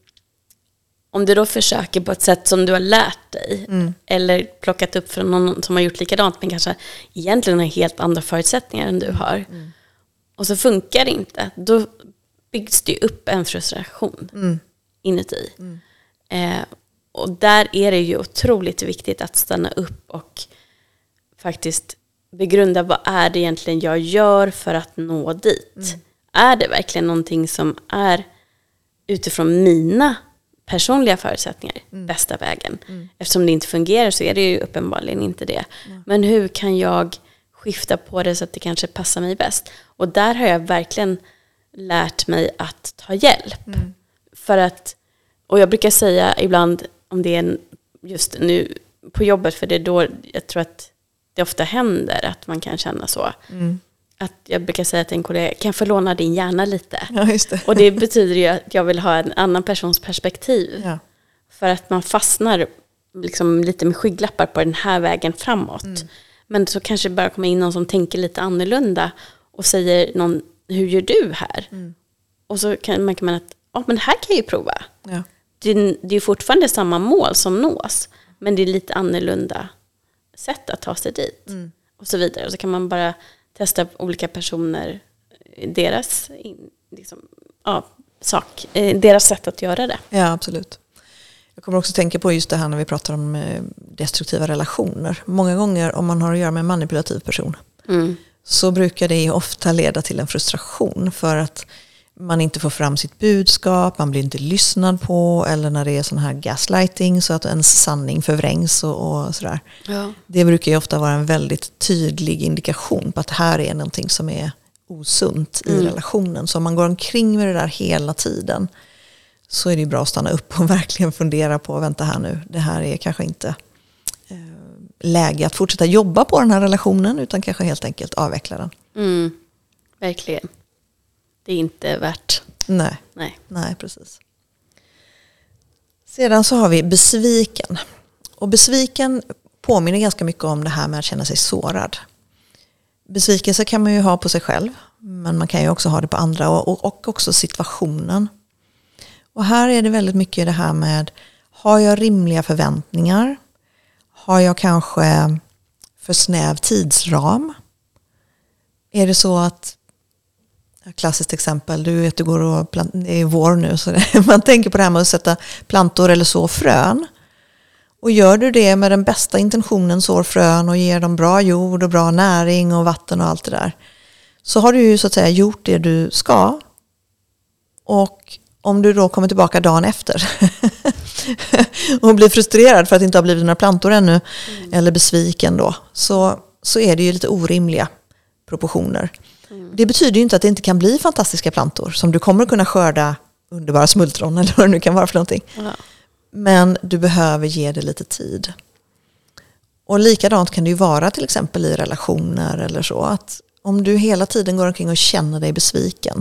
om du då försöker på ett sätt som du har lärt dig mm. eller plockat upp från någon som har gjort likadant men kanske egentligen har helt andra förutsättningar än du har. Mm. Och så funkar det inte. Då byggs det upp en frustration mm. inuti. Mm. Eh, och där är det ju otroligt viktigt att stanna upp och faktiskt begrunda vad är det egentligen jag gör för att nå dit. Mm. Är det verkligen någonting som är utifrån mina personliga förutsättningar mm. bästa vägen? Mm. Eftersom det inte fungerar så är det ju uppenbarligen inte det. Mm. Men hur kan jag skifta på det så att det kanske passar mig bäst? Och där har jag verkligen lärt mig att ta hjälp. Mm. För att, och jag brukar säga ibland om det är en, just nu på jobbet, för det är då jag tror att det ofta händer att man kan känna så. Mm. Att jag brukar säga till en kollega, kan jag få låna din hjärna lite? Ja, just det. Och det betyder ju att jag vill ha en annan persons perspektiv. Ja. För att man fastnar liksom lite med skygglappar på den här vägen framåt. Mm. Men så kanske bara kommer in någon som tänker lite annorlunda och säger någon, hur gör du här? Mm. Och så kan man kan att, ja men här kan jag ju prova. Ja. Det, det är fortfarande samma mål som nås, men det är lite annorlunda sätt att ta sig dit. Mm. Och så vidare. Och så kan man bara testa olika personer, deras liksom, ja, sak, deras sätt att göra det. Ja, absolut. Jag kommer också tänka på just det här när vi pratar om destruktiva relationer. Många gånger om man har att göra med en manipulativ person mm. så brukar det ofta leda till en frustration för att man inte får fram sitt budskap, man blir inte lyssnad på, eller när det är sån här gaslighting så att ens sanning förvrängs och, och sådär. Ja. Det brukar ju ofta vara en väldigt tydlig indikation på att det här är någonting som är osunt i mm. relationen. Så om man går omkring med det där hela tiden så är det bra att stanna upp och verkligen fundera på, vänta här nu, det här är kanske inte eh, läge att fortsätta jobba på den här relationen, utan kanske helt enkelt avveckla den. Mm, verkligen. Det är inte värt. Nej, Nej. Nej, precis. Sedan så har vi besviken. Och besviken påminner ganska mycket om det här med att känna sig sårad. Besvikelse kan man ju ha på sig själv, men man kan ju också ha det på andra och, och, och också situationen. Och här är det väldigt mycket det här med, har jag rimliga förväntningar? Har jag kanske för snäv tidsram? Är det så att, klassiskt exempel, du vet du går och plant, det är vår nu, så det, man tänker på det här med att sätta plantor eller så frön. Och gör du det med den bästa intentionen, sår frön och ger dem bra jord och bra näring och vatten och allt det där, så har du ju så att säga gjort det du ska. Och om du då kommer tillbaka dagen efter och blir frustrerad för att det inte har blivit några plantor ännu, mm. eller besviken då, så, så är det ju lite orimliga proportioner. Mm. Det betyder ju inte att det inte kan bli fantastiska plantor som du kommer kunna skörda underbara smultron eller vad det nu kan vara för någonting. Ja. Men du behöver ge det lite tid. Och likadant kan det ju vara till exempel i relationer eller så, att om du hela tiden går omkring och känner dig besviken,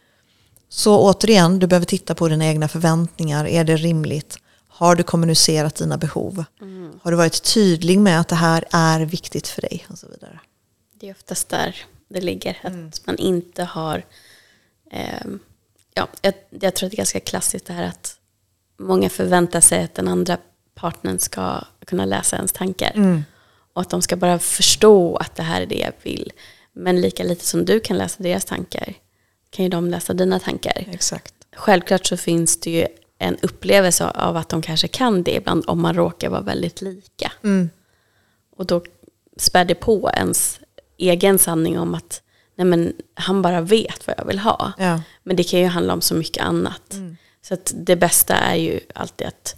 så återigen, du behöver titta på dina egna förväntningar. Är det rimligt? Har du kommunicerat dina behov? Mm. Har du varit tydlig med att det här är viktigt för dig? Och så vidare. Det är oftast där det ligger. Att mm. man inte har... Eh, ja, jag, jag tror att det är ganska klassiskt det här att många förväntar sig att den andra partnern ska kunna läsa ens tankar. Mm. Och att de ska bara förstå att det här är det jag vill. Men lika lite som du kan läsa deras tankar, kan ju de läsa dina tankar. Exakt. Självklart så finns det ju en upplevelse av att de kanske kan det ibland om man råkar vara väldigt lika. Mm. Och då spär det på ens egen sanning om att nej men, han bara vet vad jag vill ha. Ja. Men det kan ju handla om så mycket annat. Mm. Så att det bästa är ju alltid att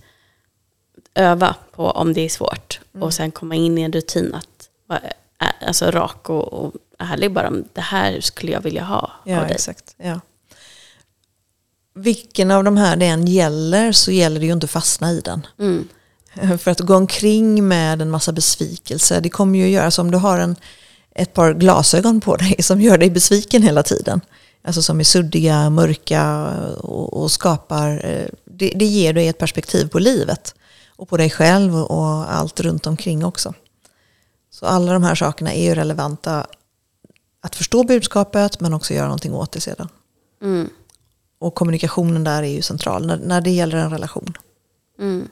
öva på om det är svårt. Mm. Och sen komma in i en rutin att vara alltså, rak och, och ärlig bara om det här skulle jag vilja ha ja, av dig. Exakt. Ja. Vilken av de här det än gäller, så gäller det ju inte att fastna i den. Mm. För att gå omkring med en massa besvikelse, det kommer ju att göra så om du har en, ett par glasögon på dig som gör dig besviken hela tiden. Alltså som är suddiga, mörka och, och skapar, det, det ger dig ett perspektiv på livet. Och på dig själv och allt runt omkring också. Så alla de här sakerna är ju relevanta att förstå budskapet, men också göra någonting åt det sedan. Mm. Och kommunikationen där är ju central när, när det gäller en relation. Mm.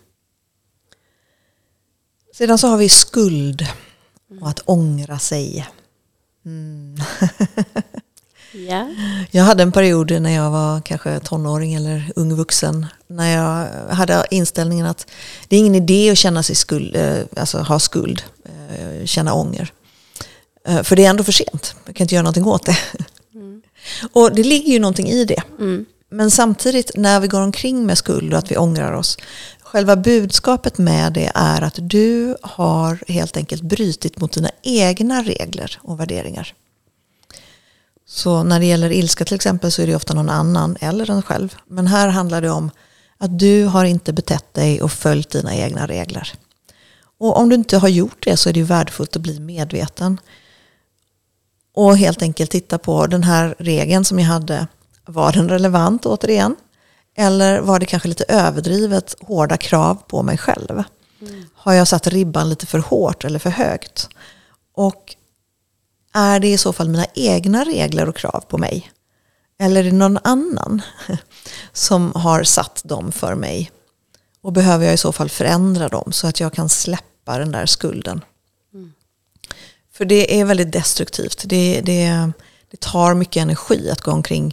Sedan så har vi skuld och att ångra sig. Mm. Yeah. Jag hade en period när jag var kanske tonåring eller ung vuxen, när jag hade inställningen att det är ingen idé att känna sig skuld, alltså ha skuld, känna ånger. För det är ändå för sent. Jag kan inte göra någonting åt det. Mm. Och det ligger ju någonting i det. Mm. Men samtidigt när vi går omkring med skuld och att vi ångrar oss, själva budskapet med det är att du har helt enkelt brytit mot dina egna regler och värderingar. Så när det gäller ilska till exempel så är det ofta någon annan eller en själv. Men här handlar det om att du har inte betett dig och följt dina egna regler. Och om du inte har gjort det så är det ju värdefullt att bli medveten. Och helt enkelt titta på den här regeln som jag hade. Var den relevant återigen? Eller var det kanske lite överdrivet hårda krav på mig själv? Mm. Har jag satt ribban lite för hårt eller för högt? Och är det i så fall mina egna regler och krav på mig? Eller är det någon annan som har satt dem för mig? Och behöver jag i så fall förändra dem så att jag kan släppa den där skulden? Mm. För det är väldigt destruktivt. Det, det, det tar mycket energi att gå omkring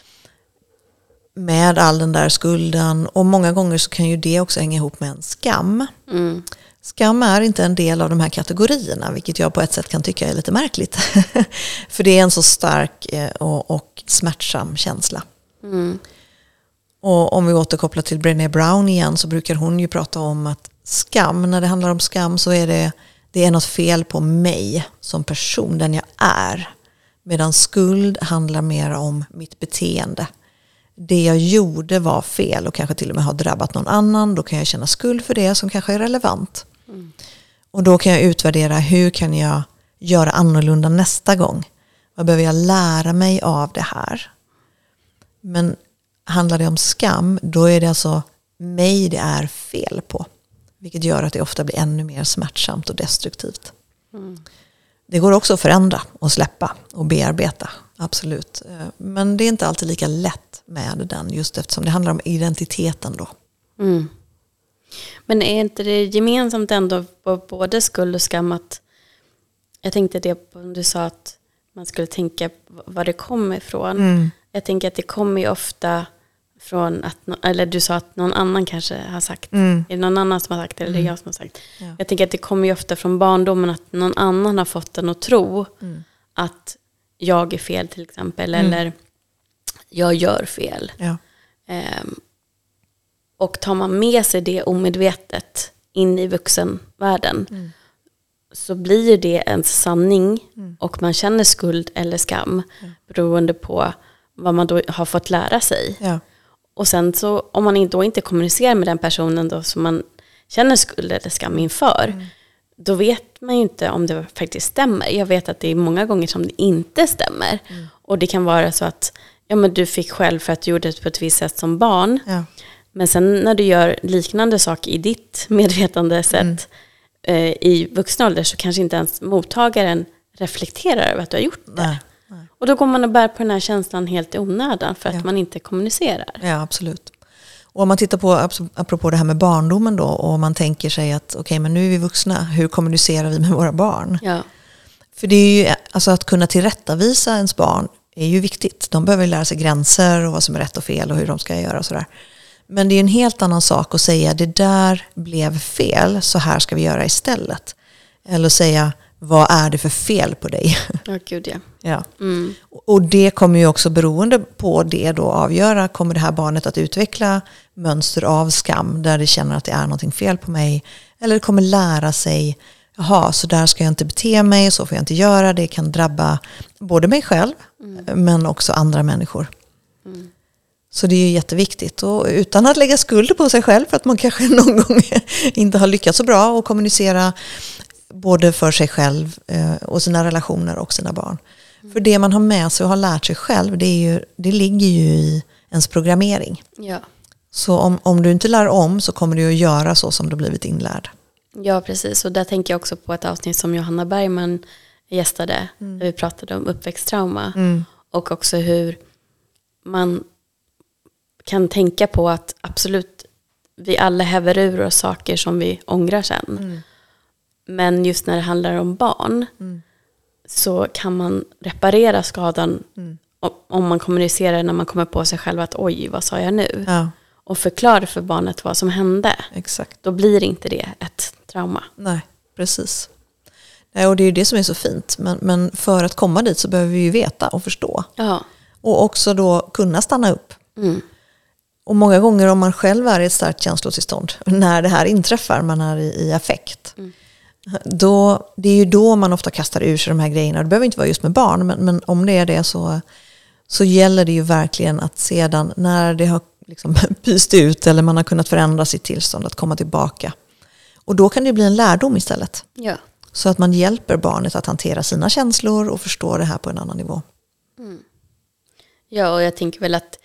med all den där skulden. Och många gånger så kan ju det också hänga ihop med en skam. Mm. Skam är inte en del av de här kategorierna, vilket jag på ett sätt kan tycka är lite märkligt. För det är en så stark och, och smärtsam känsla. Mm. Och om vi återkopplar till Brené Brown igen, så brukar hon ju prata om att skam, när det handlar om skam så är det, det är något fel på mig som person, den jag är. Medan skuld handlar mer om mitt beteende. det jag gjorde var fel och kanske till och med har drabbat någon annan, då kan jag känna skuld för det som kanske är relevant. Mm. Och då kan jag utvärdera, hur kan jag göra annorlunda nästa gång? Vad behöver jag lära mig av det här? Men handlar det om skam, då är det alltså mig det är fel på. Vilket gör att det ofta blir ännu mer smärtsamt och destruktivt. Mm. Det går också att förändra och släppa och bearbeta, absolut. Men det är inte alltid lika lätt med den, just eftersom det handlar om identiteten då. Mm. Men är inte det gemensamt ändå på både skuld och skam att, jag tänkte det på du sa att man skulle tänka var det kommer ifrån. Mm. Jag tänker att det kommer ju ofta från att, eller du sa att någon annan kanske har sagt, mm. är det någon annan som har sagt det eller mm. är det jag som har sagt? Ja. Jag tänker att det kommer ju ofta från barndomen att någon annan har fått en att tro mm. att jag är fel till exempel, mm. eller jag gör fel. Ja. Um, och tar man med sig det omedvetet in i vuxenvärlden mm. så blir det en sanning mm. och man känner skuld eller skam ja. beroende på vad man då har fått lära sig. Ja. Och sen så om man då inte kommunicerar med den personen då som man känner skuld eller skam inför, mm. då vet man ju inte om det faktiskt stämmer. Jag vet att det är många gånger som det inte stämmer. Mm. Och det kan vara så att ja, men du fick själv för att du gjorde det på ett visst sätt som barn. Ja. Men sen när du gör liknande saker i ditt medvetande sätt mm. eh, i vuxen ålder så kanske inte ens mottagaren reflekterar över att du har gjort det. Nej. Nej. Och då går man och bär på den här känslan helt i onödan för att ja. man inte kommunicerar. Ja, absolut. Och om man tittar på, apropå det här med barndomen då, och man tänker sig att okej, okay, men nu är vi vuxna, hur kommunicerar vi med våra barn? Ja. För det är ju, alltså att kunna tillrättavisa ens barn är ju viktigt. De behöver lära sig gränser och vad som är rätt och fel och hur de ska göra och sådär. Men det är en helt annan sak att säga det där blev fel, så här ska vi göra istället. Eller säga, vad är det för fel på dig? Ja, gud ja. Ja. Mm. Och det kommer ju också beroende på det då avgöra, kommer det här barnet att utveckla mönster av skam där det känner att det är någonting fel på mig, eller det kommer lära sig, jaha, så där ska jag inte bete mig, så får jag inte göra, det kan drabba både mig själv mm. men också andra människor. Mm. Så det är ju jätteviktigt, och utan att lägga skuld på sig själv för att man kanske någon gång inte har lyckats så bra att kommunicera både för sig själv och sina relationer och sina barn. Mm. För det man har med sig och har lärt sig själv, det, är ju, det ligger ju i ens programmering. Ja. Så om, om du inte lär om så kommer du att göra så som du blivit inlärd. Ja, precis. Och där tänker jag också på ett avsnitt som Johanna Bergman gästade. Mm. Där vi pratade om uppväxttrauma. Mm. Och också hur man kan tänka på att absolut vi alla häver ur oss saker som vi ångrar sen. Mm. Men just när det handlar om barn mm. så kan man reparera skadan mm. om man kommunicerar när man kommer på sig själv att oj, vad sa jag nu? Ja. Och förklara för barnet vad som hände. Exakt. Då blir inte det ett trauma. Nej, precis. Nej, och det är ju det som är så fint. Men, men för att komma dit så behöver vi ju veta och förstå. Ja. Och också då kunna stanna upp. Mm. Och många gånger om man själv är i ett starkt känslotillstånd, när det här inträffar, man är i, i affekt. Mm. Då, det är ju då man ofta kastar ur sig de här grejerna. Det behöver inte vara just med barn, men, men om det är det så, så gäller det ju verkligen att sedan när det har liksom pyst ut eller man har kunnat förändra sitt tillstånd att komma tillbaka. Och då kan det bli en lärdom istället. Ja. Så att man hjälper barnet att hantera sina känslor och förstå det här på en annan nivå. Mm. Ja, och jag tänker väl att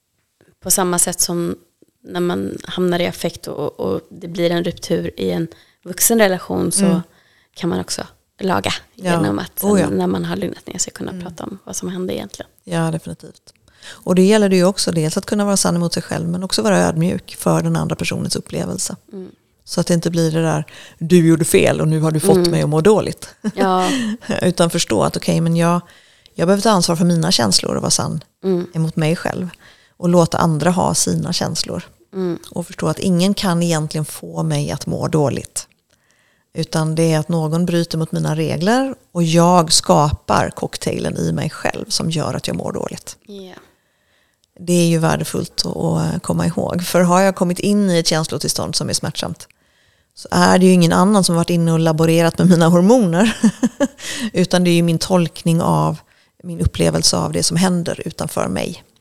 på samma sätt som när man hamnar i affekt och, och det blir en ruptur i en vuxenrelation så mm. kan man också laga ja. genom att oh, ja. när man har lugnat ner sig kunna mm. prata om vad som hände egentligen. Ja, definitivt. Och det gäller det ju också dels att kunna vara sann mot sig själv men också vara ödmjuk för den andra personens upplevelse. Mm. Så att det inte blir det där, du gjorde fel och nu har du fått mm. mig att må dåligt. Ja. Utan förstå att okej, okay, men jag, jag behöver ta ansvar för mina känslor och vara sann mm. emot mig själv. Och låta andra ha sina känslor. Mm. Och förstå att ingen kan egentligen få mig att må dåligt. Utan det är att någon bryter mot mina regler och jag skapar cocktailen i mig själv som gör att jag mår dåligt. Yeah. Det är ju värdefullt att komma ihåg. För har jag kommit in i ett känslotillstånd som är smärtsamt så är det ju ingen annan som varit inne och laborerat med mina hormoner. Utan det är ju min tolkning av min upplevelse av det som händer utanför mig.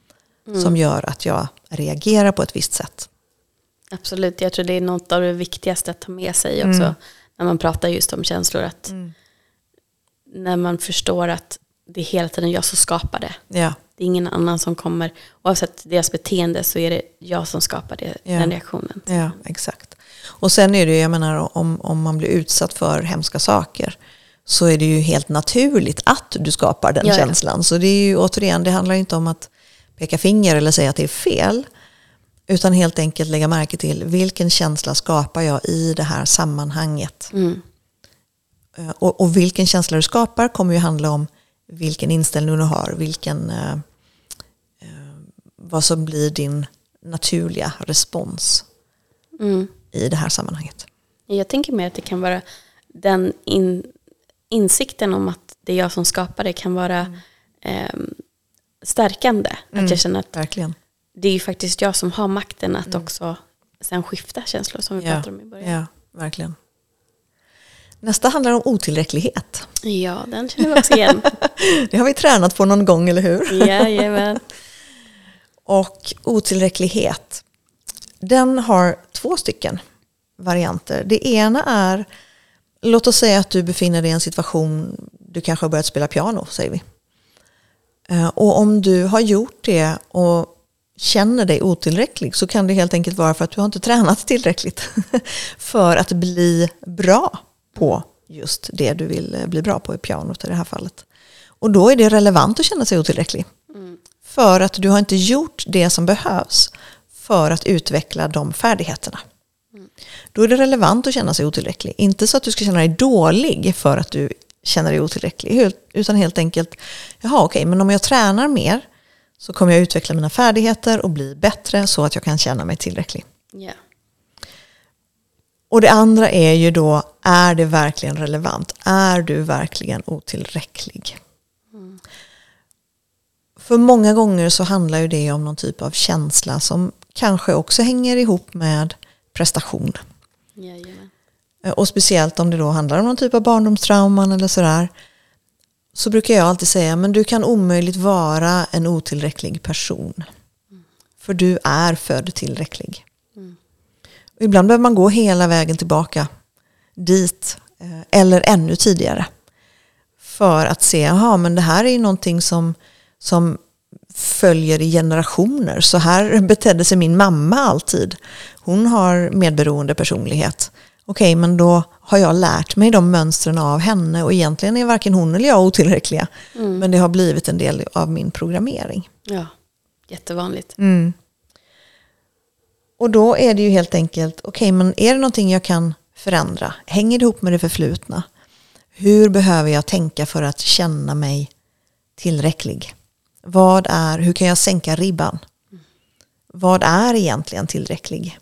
mm. som gör att jag reagerar på ett visst sätt. Absolut, jag tror det är något av det viktigaste att ta med sig också mm. när man pratar just om känslor. Att mm. när man förstår att det är hela tiden jag som skapar det. Ja. Det är ingen annan som kommer, oavsett deras beteende så är det jag som skapar det, ja. den reaktionen. Ja, exakt. Och sen är det ju, jag menar, om, om man blir utsatt för hemska saker så är det ju helt naturligt att du skapar den ja, känslan. Ja. Så det är ju återigen, det handlar inte om att peka finger eller säga att det är fel. Utan helt enkelt lägga märke till vilken känsla skapar jag i det här sammanhanget. Mm. Och, och vilken känsla du skapar kommer ju handla om vilken inställning du har. Vilken, eh, eh, vad som blir din naturliga respons mm. i det här sammanhanget. Jag tänker mer att det kan vara den in, insikten om att det är jag som skapar det kan vara mm. eh, stärkande. Mm. Att jag känner att Verkligen. det är ju faktiskt jag som har makten att mm. också sen skifta känslor som vi ja. pratade om i början. Ja, verkligen. Nästa handlar om otillräcklighet. Ja, den känner vi också igen. Det har vi tränat på någon gång, eller hur? Jajamän. Och otillräcklighet, den har två stycken varianter. Det ena är, låt oss säga att du befinner dig i en situation, du kanske har börjat spela piano, säger vi. Och om du har gjort det och känner dig otillräcklig så kan det helt enkelt vara för att du har inte tränat tillräckligt för att bli bra på just det du vill bli bra på i pianot i det här fallet. Och då är det relevant att känna sig otillräcklig. Mm. För att du har inte gjort det som behövs för att utveckla de färdigheterna. Mm. Då är det relevant att känna sig otillräcklig. Inte så att du ska känna dig dålig för att du känner dig otillräcklig. Utan helt enkelt, jaha okej, men om jag tränar mer så kommer jag utveckla mina färdigheter och bli bättre så att jag kan känna mig tillräcklig. Yeah. Och det andra är ju då, är det verkligen relevant? Är du verkligen otillräcklig? Mm. För många gånger så handlar ju det om någon typ av känsla som kanske också hänger ihop med prestation. Jajamän. Och speciellt om det då handlar om någon typ av barndomstrauman eller sådär. Så brukar jag alltid säga, men du kan omöjligt vara en otillräcklig person. Mm. För du är född tillräcklig. Mm. Och ibland behöver man gå hela vägen tillbaka dit. Eller ännu tidigare. För att se, jaha, men det här är ju någonting som, som följer i generationer. Så här betedde sig min mamma alltid. Hon har medberoende personlighet. Okej, men då har jag lärt mig de mönstren av henne och egentligen är varken hon eller jag otillräckliga. Mm. Men det har blivit en del av min programmering. Ja, jättevanligt. Mm. Och då är det ju helt enkelt, okej, men är det någonting jag kan förändra? Hänger det ihop med det förflutna? Hur behöver jag tänka för att känna mig tillräcklig? Vad är, hur kan jag sänka ribban? Mm. Vad är egentligen tillräcklig?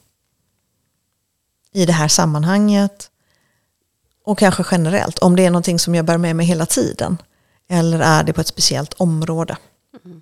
I det här sammanhanget och kanske generellt, om det är någonting som jag bär med mig hela tiden eller är det på ett speciellt område. Mm.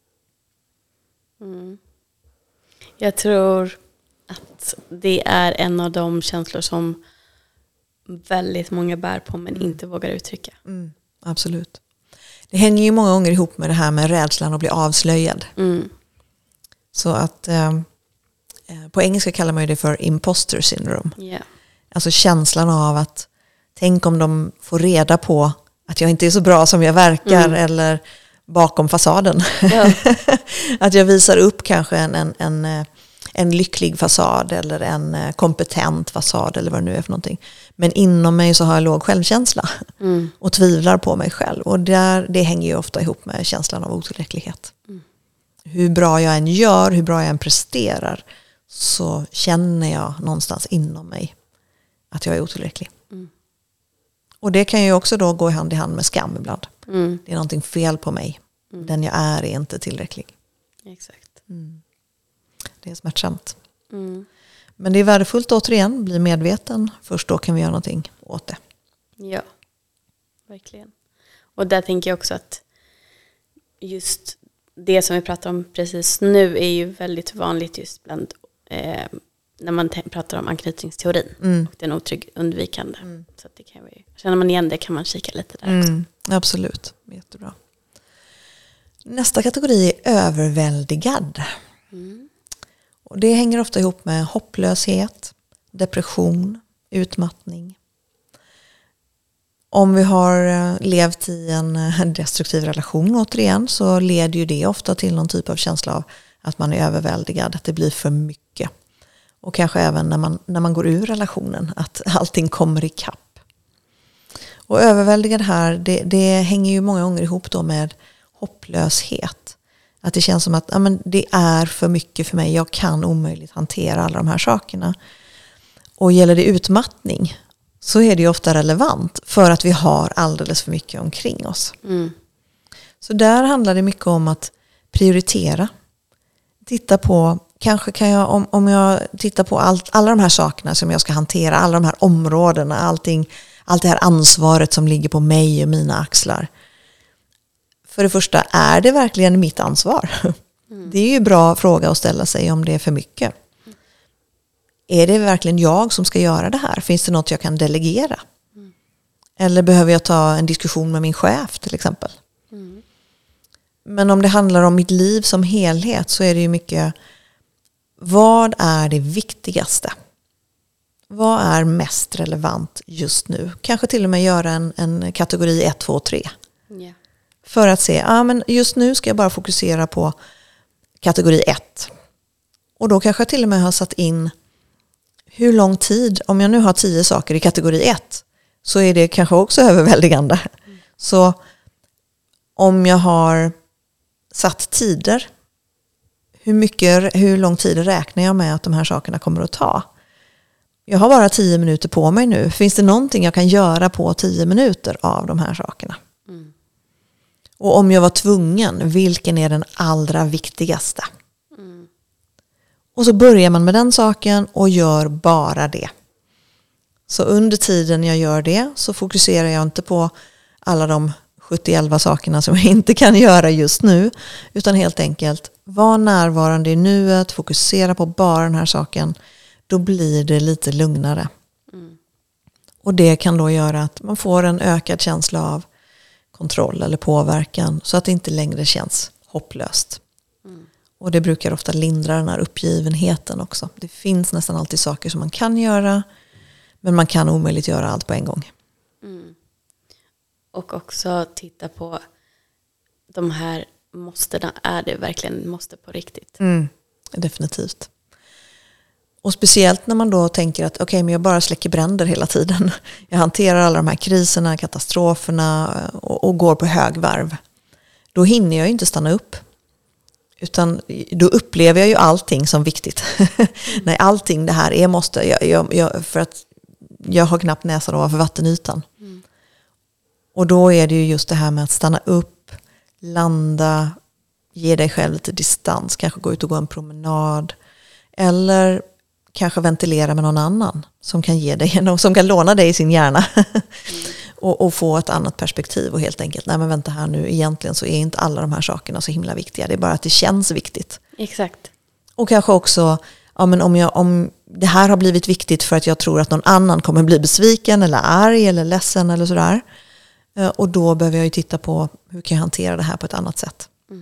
Mm. Jag tror att det är en av de känslor som väldigt många bär på men mm. inte vågar uttrycka. Mm, absolut. Det hänger ju många gånger ihop med det här med rädslan att bli avslöjad. Mm. Så att eh, på engelska kallar man det för imposter syndrome. Yeah. Alltså känslan av att tänk om de får reda på att jag inte är så bra som jag verkar mm. eller bakom fasaden. Ja. Att jag visar upp kanske en, en, en, en lycklig fasad eller en kompetent fasad eller vad det nu är för någonting. Men inom mig så har jag låg självkänsla mm. och tvivlar på mig själv. Och där, det hänger ju ofta ihop med känslan av otillräcklighet. Mm. Hur bra jag än gör, hur bra jag än presterar så känner jag någonstans inom mig att jag är otillräcklig. Mm. Och det kan ju också då gå hand i hand med skam ibland. Mm. Det är någonting fel på mig. Mm. Den jag är är inte tillräcklig. Exakt. Mm. Det är smärtsamt. Mm. Men det är värdefullt återigen, bli medveten. Först då kan vi göra någonting åt det. Ja, verkligen. Och där tänker jag också att just det som vi pratar om precis nu är ju väldigt vanligt just bland eh, när man t- pratar om anknytningsteorin mm. och den otrygg undvikande. Mm. Så att det kan vi, känner man igen det kan man kika lite där mm. också. Absolut, jättebra. Nästa kategori är överväldigad. Mm. Och det hänger ofta ihop med hopplöshet, depression, utmattning. Om vi har levt i en destruktiv relation återigen så leder ju det ofta till någon typ av känsla av att man är överväldigad, att det blir för mycket. Och kanske även när man, när man går ur relationen, att allting kommer i kapp. Och överväldigad här, det, det hänger ju många gånger ihop då med hopplöshet. Att det känns som att ja, men det är för mycket för mig, jag kan omöjligt hantera alla de här sakerna. Och gäller det utmattning så är det ju ofta relevant för att vi har alldeles för mycket omkring oss. Mm. Så där handlar det mycket om att prioritera. Titta på, kanske kan jag, om, om jag tittar på allt, alla de här sakerna som jag ska hantera, alla de här områdena, allting, allt det här ansvaret som ligger på mig och mina axlar. För det första, är det verkligen mitt ansvar? Mm. Det är ju en bra fråga att ställa sig om det är för mycket. Mm. Är det verkligen jag som ska göra det här? Finns det något jag kan delegera? Mm. Eller behöver jag ta en diskussion med min chef till exempel? Mm. Men om det handlar om mitt liv som helhet så är det ju mycket, vad är det viktigaste? Vad är mest relevant just nu? Kanske till och med göra en, en kategori ett, två, tre. Yeah. För att se, ah, men just nu ska jag bara fokusera på kategori ett. Och då kanske jag till och med har satt in hur lång tid, om jag nu har tio saker i kategori ett så är det kanske också överväldigande. Mm. Så om jag har satt tider, hur mycket, hur lång tid räknar jag med att de här sakerna kommer att ta? Jag har bara tio minuter på mig nu. Finns det någonting jag kan göra på tio minuter av de här sakerna? Mm. Och om jag var tvungen, vilken är den allra viktigaste? Mm. Och så börjar man med den saken och gör bara det. Så under tiden jag gör det så fokuserar jag inte på alla de sjuttioelva sakerna som jag inte kan göra just nu. Utan helt enkelt var närvarande i nuet, fokusera på bara den här saken. Då blir det lite lugnare. Mm. Och det kan då göra att man får en ökad känsla av kontroll eller påverkan så att det inte längre känns hopplöst. Mm. Och det brukar ofta lindra den här uppgivenheten också. Det finns nästan alltid saker som man kan göra men man kan omöjligt göra allt på en gång. Mm. Och också titta på de här måstena. Är det verkligen måste på riktigt? Mm, definitivt. Och speciellt när man då tänker att okej, okay, men jag bara släcker bränder hela tiden. Jag hanterar alla de här kriserna, katastroferna och, och går på högvarv. Då hinner jag ju inte stanna upp. Utan då upplever jag ju allting som viktigt. Mm. Nej, allting det här är måste. Jag, jag, jag, för att jag har knappt näsan ovanför vattenytan. Mm. Och då är det ju just det här med att stanna upp, landa, ge dig själv lite distans. Kanske gå ut och gå en promenad. Eller kanske ventilera med någon annan som kan ge dig, som kan låna dig i sin hjärna. Mm. och, och få ett annat perspektiv och helt enkelt, nej men vänta här nu, egentligen så är inte alla de här sakerna så himla viktiga. Det är bara att det känns viktigt. Exakt. Och kanske också, ja men om, jag, om det här har blivit viktigt för att jag tror att någon annan kommer bli besviken eller arg eller ledsen eller sådär. Och då behöver jag ju titta på hur kan jag hantera det här på ett annat sätt. Mm.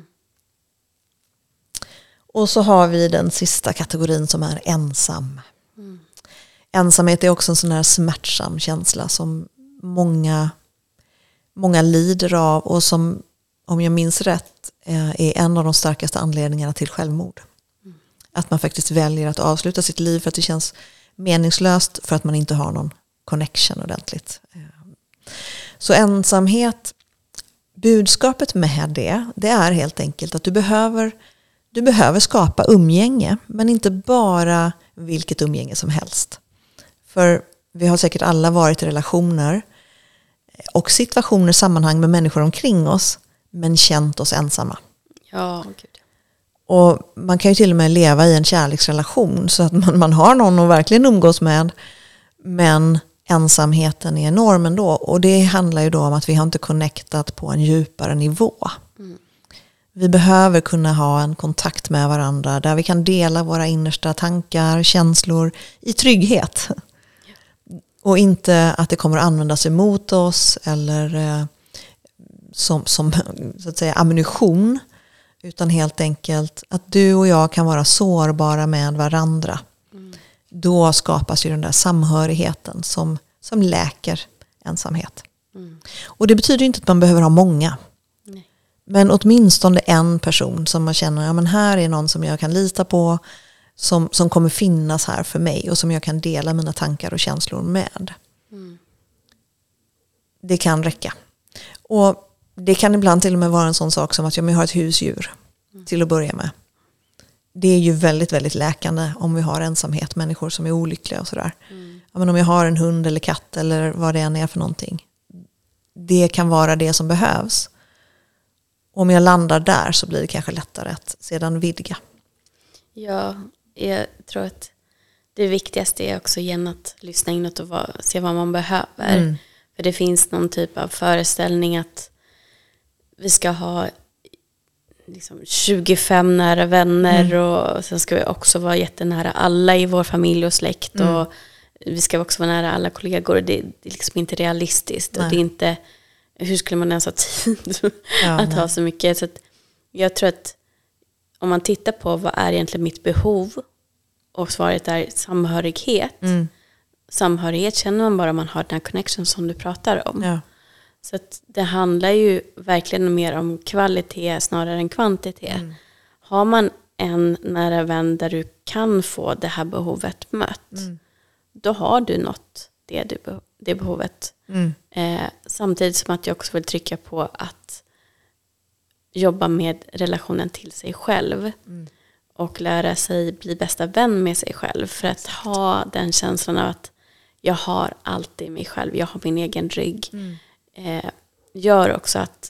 Och så har vi den sista kategorin som är ensam. Mm. Ensamhet är också en sån här smärtsam känsla som många, många lider av och som, om jag minns rätt, är en av de starkaste anledningarna till självmord. Mm. Att man faktiskt väljer att avsluta sitt liv för att det känns meningslöst, för att man inte har någon connection ordentligt. Så ensamhet, budskapet med det, det är helt enkelt att du behöver, du behöver skapa umgänge, men inte bara vilket umgänge som helst. För vi har säkert alla varit i relationer och situationer, sammanhang med människor omkring oss, men känt oss ensamma. Ja, gud. Och man kan ju till och med leva i en kärleksrelation så att man, man har någon att verkligen umgås med, men ensamheten är enorm ändå. Och det handlar ju då om att vi har inte connectat på en djupare nivå. Mm. Vi behöver kunna ha en kontakt med varandra där vi kan dela våra innersta tankar, känslor i trygghet. Ja. Och inte att det kommer att användas emot oss eller eh, som, som så att säga ammunition utan helt enkelt att du och jag kan vara sårbara med varandra. Mm. Då skapas ju den där samhörigheten som, som läker ensamhet. Mm. Och det betyder inte att man behöver ha många. Nej. Men åtminstone en person som man känner, ja men här är någon som jag kan lita på, som, som kommer finnas här för mig och som jag kan dela mina tankar och känslor med. Mm. Det kan räcka. Och det kan ibland till och med vara en sån sak som att jag har ett husdjur mm. till att börja med. Det är ju väldigt, väldigt läkande om vi har ensamhet, människor som är olyckliga och sådär. Mm. Ja, men om jag har en hund eller katt eller vad det än är för någonting. Det kan vara det som behövs. Om jag landar där så blir det kanske lättare att sedan vidga. Ja, jag tror att det viktigaste är också igen att lyssna inåt och va- se vad man behöver. Mm. För det finns någon typ av föreställning att vi ska ha liksom tjugofem nära vänner mm. och sen ska vi också vara jättenära alla i vår familj och släkt mm. och vi ska också vara nära alla kollegor. Det, det är liksom inte realistiskt. Och det är inte, hur skulle man ens ha tid ja, att nej. ha så mycket? Så att jag tror att om man tittar på vad är egentligen mitt behov och svaret är samhörighet. Mm. Samhörighet känner man bara om man har den här connection som du pratar om. Ja. Så att det handlar ju verkligen mer om kvalitet snarare än kvantitet. Mm. Har man en nära vän där du kan få det här behovet mött, mm. då har du nått det, du, det behovet. Mm. Eh, samtidigt som att jag också vill trycka på att jobba med relationen till sig själv. Mm. Och lära sig bli bästa vän med sig själv. För att ha den känslan av att jag har alltid mig själv. Jag har min egen rygg. Mm. Eh, gör också att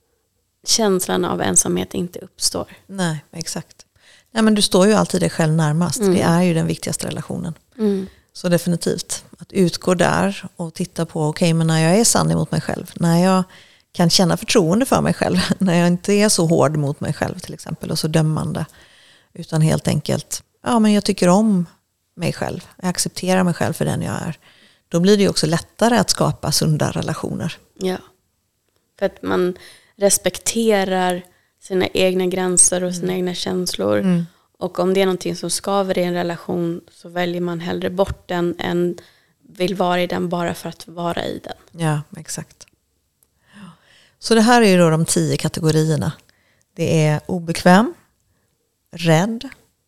känslan av ensamhet inte uppstår. Nej, exakt. Nej, men du står ju alltid dig själv närmast. Mm. Det är ju den viktigaste relationen. Mm. Så definitivt. Att utgå där och titta på, okej, okay, men när jag är sann emot mig själv. När jag kan känna förtroende för mig själv. När jag inte är så hård mot mig själv till exempel. Och så dömande. Utan helt enkelt, ja men jag tycker om mig själv. Jag accepterar mig själv för den jag är. Då blir det ju också lättare att skapa sunda relationer. Ja, för att man respekterar sina egna gränser och sina mm. egna känslor. Mm. Och om det är någonting som skaver i en relation så väljer man hellre bort den än vill vara i den bara för att vara i den. Ja, exakt. Så det här är ju då de tio kategorierna. Det är obekväm, rädd,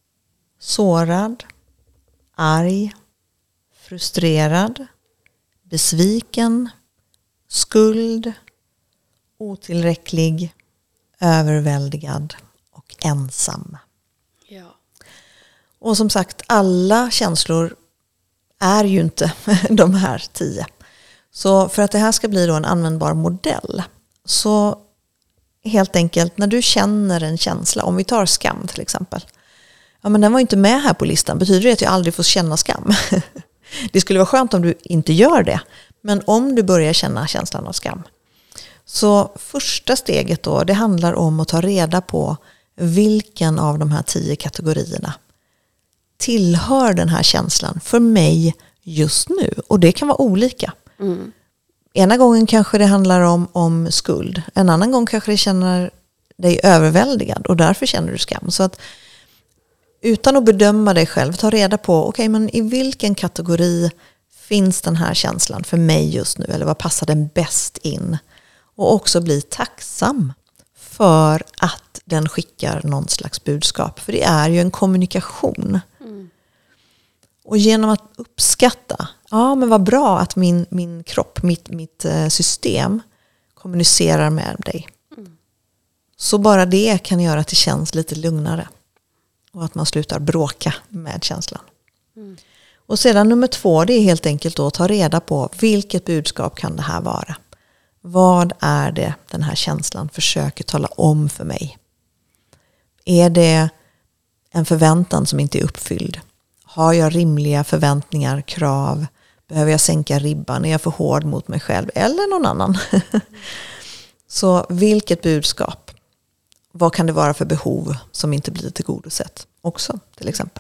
sårad, arg, frustrerad, besviken, skuld, otillräcklig, överväldigad och ensam. Ja. Och som sagt, alla känslor är ju inte de här tio. Så för att det här ska bli då en användbar modell så helt enkelt när du känner en känsla, om vi tar skam till exempel. Ja, men den var inte med här på listan. Betyder det att jag aldrig får känna skam? Det skulle vara skönt om du inte gör det. Men om du börjar känna känslan av skam. Så första steget då, det handlar om att ta reda på vilken av de här tio kategorierna tillhör den här känslan för mig just nu. Och det kan vara olika. Mm. Ena gången kanske det handlar om, om skuld. En annan gång kanske det känner dig överväldigad och därför känner du skam. Så att utan att bedöma dig själv, ta reda på okej, okay, men i vilken kategori finns den här känslan för mig just nu? Eller vad passar den bäst in? Och också bli tacksam för att den skickar någon slags budskap. För det är ju en kommunikation. Mm. Och genom att uppskatta, ja men vad bra att min, min kropp, mitt, mitt system kommunicerar med dig. Mm. Så bara det kan göra att det känns lite lugnare. Och att man slutar bråka med känslan. Mm. Och sedan nummer två, det är helt enkelt då att ta reda på vilket budskap kan det här vara. Vad är det den här känslan försöker tala om för mig? Är det en förväntan som inte är uppfylld? Har jag rimliga förväntningar, krav? Behöver jag sänka ribban? Är jag för hård mot mig själv? Eller någon annan? Så vilket budskap? Vad kan det vara för behov som inte blir tillgodosett också till exempel?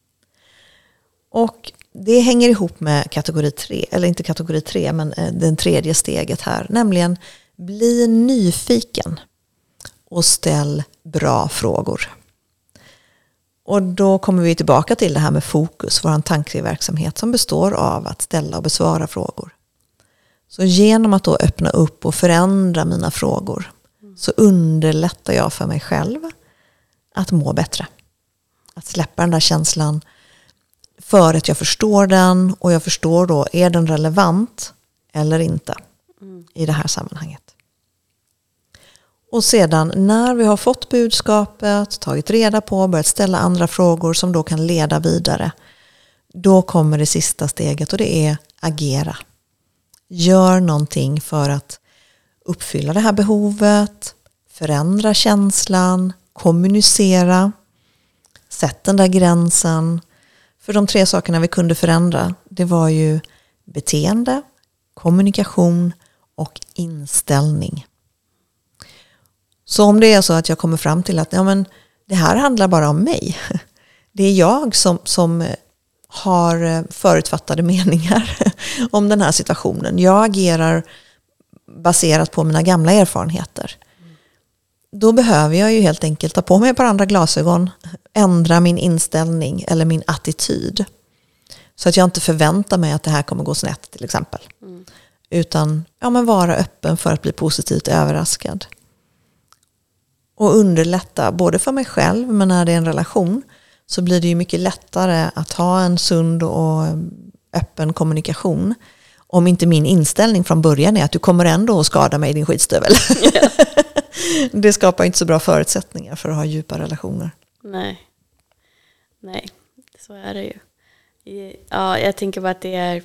Och det hänger ihop med kategori tre, eller inte kategori tre, men den tredje steget här. Nämligen bli nyfiken och ställ bra frågor. Och då kommer vi tillbaka till det här med fokus, vår tankeverksamhet som består av att ställa och besvara frågor. Så genom att då öppna upp och förändra mina frågor så underlättar jag för mig själv att må bättre. Att släppa den där känslan för att jag förstår den och jag förstår då, är den relevant eller inte mm. i det här sammanhanget. Och sedan när vi har fått budskapet, tagit reda på, börjat ställa andra frågor som då kan leda vidare, då kommer det sista steget och det är agera. Gör någonting för att uppfylla det här behovet, förändra känslan, kommunicera, sätt den där gränsen. För de tre sakerna vi kunde förändra, det var ju beteende, kommunikation och inställning. Så om det är så att jag kommer fram till att ja, men det här handlar bara om mig. Det är jag som, som har förutfattade meningar om den här situationen. Jag agerar baserat på mina gamla erfarenheter. Då behöver jag ju helt enkelt ta på mig ett par andra glasögon, ändra min inställning eller min attityd. Så att jag inte förväntar mig att det här kommer gå snett till exempel. Mm. Utan ja, men vara öppen för att bli positivt överraskad. Och underlätta både för mig själv, men när det är en relation så blir det ju mycket lättare att ha en sund och öppen kommunikation. Om inte min inställning från början är att du kommer ändå att skada mig i din skitstövel. Yeah. Det skapar inte så bra förutsättningar för att ha djupa relationer. Nej, nej, så är det ju. Ja, jag tänker bara att det är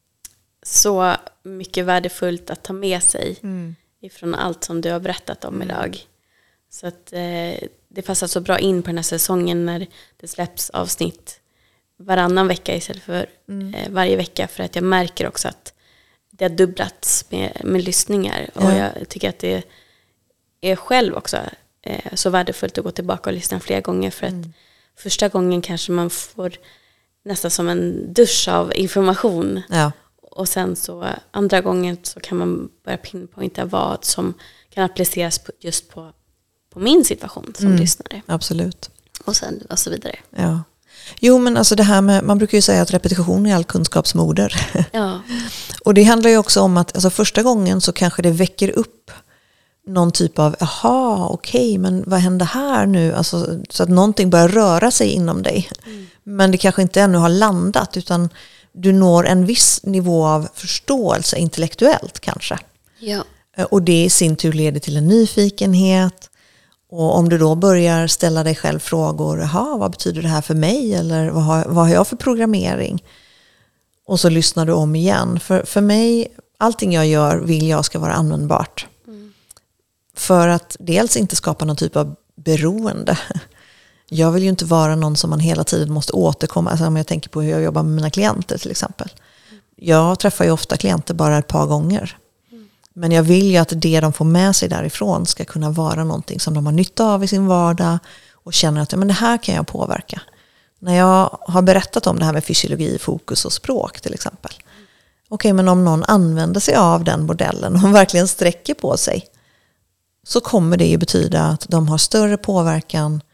så mycket värdefullt att ta med sig mm. ifrån allt som du har berättat om mm. idag. Så att eh, det passar så bra in på den här säsongen när det släpps avsnitt varannan vecka istället för mm. eh, varje vecka. För att jag märker också att det har dubblats med, med lyssningar. Ja. Och jag tycker att det är själv också eh, så värdefullt att gå tillbaka och lyssna flera gånger. För mm. att första gången kanske man får nästan som en dusch av information. Ja. Och sen så andra gången så kan man börja pinpointa vad som kan appliceras på, just på på min situation som mm, lyssnare. Absolut. Och sen och så vidare. Ja. Jo, men alltså det här med, man brukar ju säga att repetition är all kunskapsmoder. Ja. Och det handlar ju också om att alltså första gången så kanske det väcker upp någon typ av, aha, okej, okay, men vad händer här nu? Alltså, så att någonting börjar röra sig inom dig. Mm. Men det kanske inte ännu har landat, utan du når en viss nivå av förståelse intellektuellt kanske. Ja. Och det i sin tur leder till en nyfikenhet. Och om du då börjar ställa dig själv frågor, jaha, vad betyder det här för mig? Eller vad har, vad har jag för programmering? Och så lyssnar du om igen. För, för mig, allting jag gör vill jag ska vara användbart. Mm. För att dels inte skapa någon typ av beroende. Jag vill ju inte vara någon som man hela tiden måste återkomma. Alltså om jag tänker på hur jag jobbar med mina klienter till exempel. Jag träffar ju ofta klienter bara ett par gånger. Men jag vill ju att det de får med sig därifrån ska kunna vara någonting som de har nytta av i sin vardag och känner att ja, men det här kan jag påverka. När jag har berättat om det här med fysiologi, fokus och språk till exempel. Okej, okay, men om någon använder sig av den modellen och verkligen sträcker på sig, så kommer det ju betyda att de har större påverkan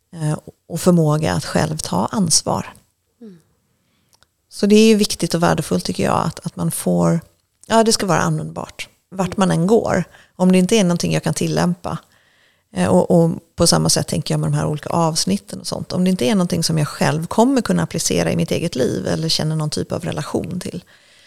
och förmåga att själv ta ansvar. Mm. Så det är ju viktigt och värdefullt tycker jag att, att man får, ja det ska vara användbart. Vart man än går. Om det inte är någonting jag kan tillämpa. Och, och på samma sätt tänker jag med de här olika avsnitten och sånt. Om det inte är någonting som jag själv kommer kunna applicera i mitt eget liv. Eller känner någon typ av relation till.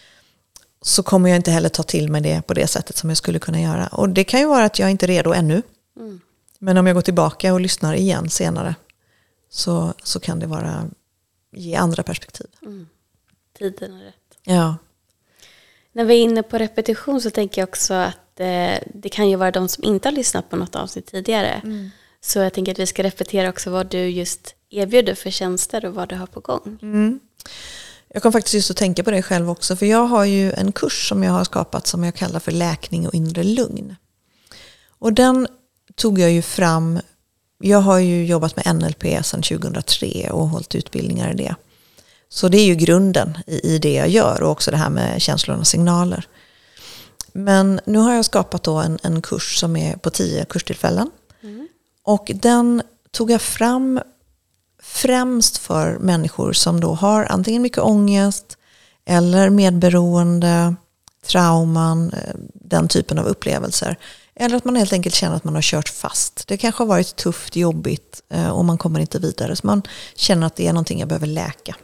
Så kommer jag inte heller ta till mig det på det sättet som jag skulle kunna göra. Och det kan ju vara att jag inte är redo ännu. Mm. Men om jag går tillbaka och lyssnar igen senare. Så, så kan det vara ge andra perspektiv. Mm. Tiden är rätt. Ja. När vi är inne på repetition så tänker jag också att eh, det kan ju vara de som inte har lyssnat på något avsnitt tidigare. Mm. Så jag tänker att vi ska repetera också vad du just erbjuder för tjänster och vad du har på gång. Mm. Jag kan faktiskt just att tänka på det själv också. För jag har ju en kurs som jag har skapat som jag kallar för läkning och inre lugn. Och den tog jag ju fram. Jag har ju jobbat med N L P sedan tjugohundratre och hållit utbildningar i det. Så det är ju grunden i, i det jag gör och också det här med känslor och signaler. Men nu har jag skapat då en, en kurs som är på tio kurstillfällen. Mm. Och den tog jag fram främst för människor som då har antingen mycket ångest eller medberoende, trauman, den typen av upplevelser. Eller att man helt enkelt känner att man har kört fast. Det kanske har varit tufft, jobbigt och man kommer inte vidare. Så man känner att det är någonting jag behöver läka.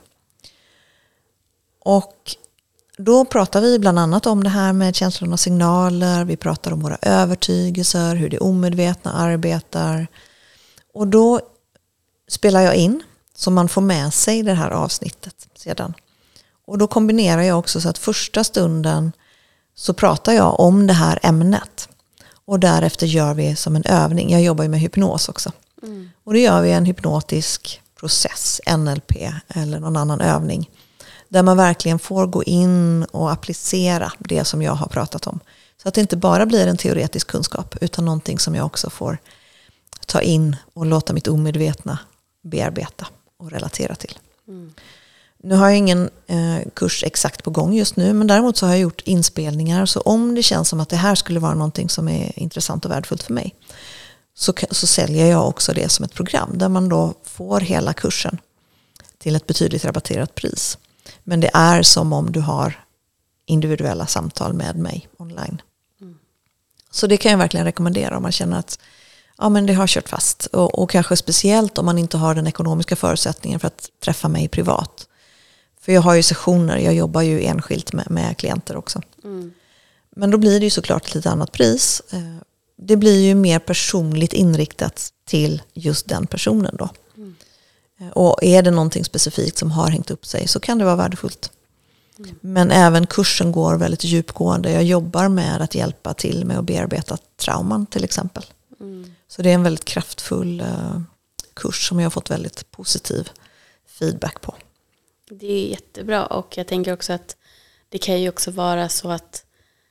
Och då pratar vi bland annat om det här med känslorna och signaler. Vi pratar om våra övertygelser, hur det omedvetna arbetar. Och då spelar jag in så man får med sig det här avsnittet sedan. Och då kombinerar jag också så att första stunden så pratar jag om det här ämnet. Och därefter gör vi som en övning. Jag jobbar ju med hypnos också. Mm. Och då gör vi en hypnotisk process, N L P eller någon annan övning. Där man verkligen får gå in och applicera det som jag har pratat om. Så att det inte bara blir en teoretisk kunskap utan någonting som jag också får ta in och låta mitt omedvetna bearbeta och relatera till. Mm. Nu har jag ingen eh, kurs exakt på gång just nu, men däremot så har jag gjort inspelningar. Så om det känns som att det här skulle vara någonting som är intressant och värdefullt för mig så, så säljer jag också det som ett program där man då får hela kursen till ett betydligt rabatterat pris. Men det är som om du har individuella samtal med mig online. Mm. Så det kan jag verkligen rekommendera om man känner att ja, men det har kört fast. Och, och kanske speciellt om man inte har den ekonomiska förutsättningen för att träffa mig privat. För jag har ju sessioner, jag jobbar ju enskilt med, med klienter också. Mm. Men då blir det ju såklart ett lite annat pris. Det blir ju mer personligt inriktat till just den personen då. Mm. Och är det någonting specifikt som har hängt upp sig så kan det vara värdefullt. Mm. Men även kursen går väldigt djupgående. Jag jobbar med att hjälpa till med att bearbeta trauman till exempel. Mm. Så det är en väldigt kraftfull uh, kurs som jag har fått väldigt positiv feedback på. Det är jättebra och jag tänker också att det kan ju också vara så att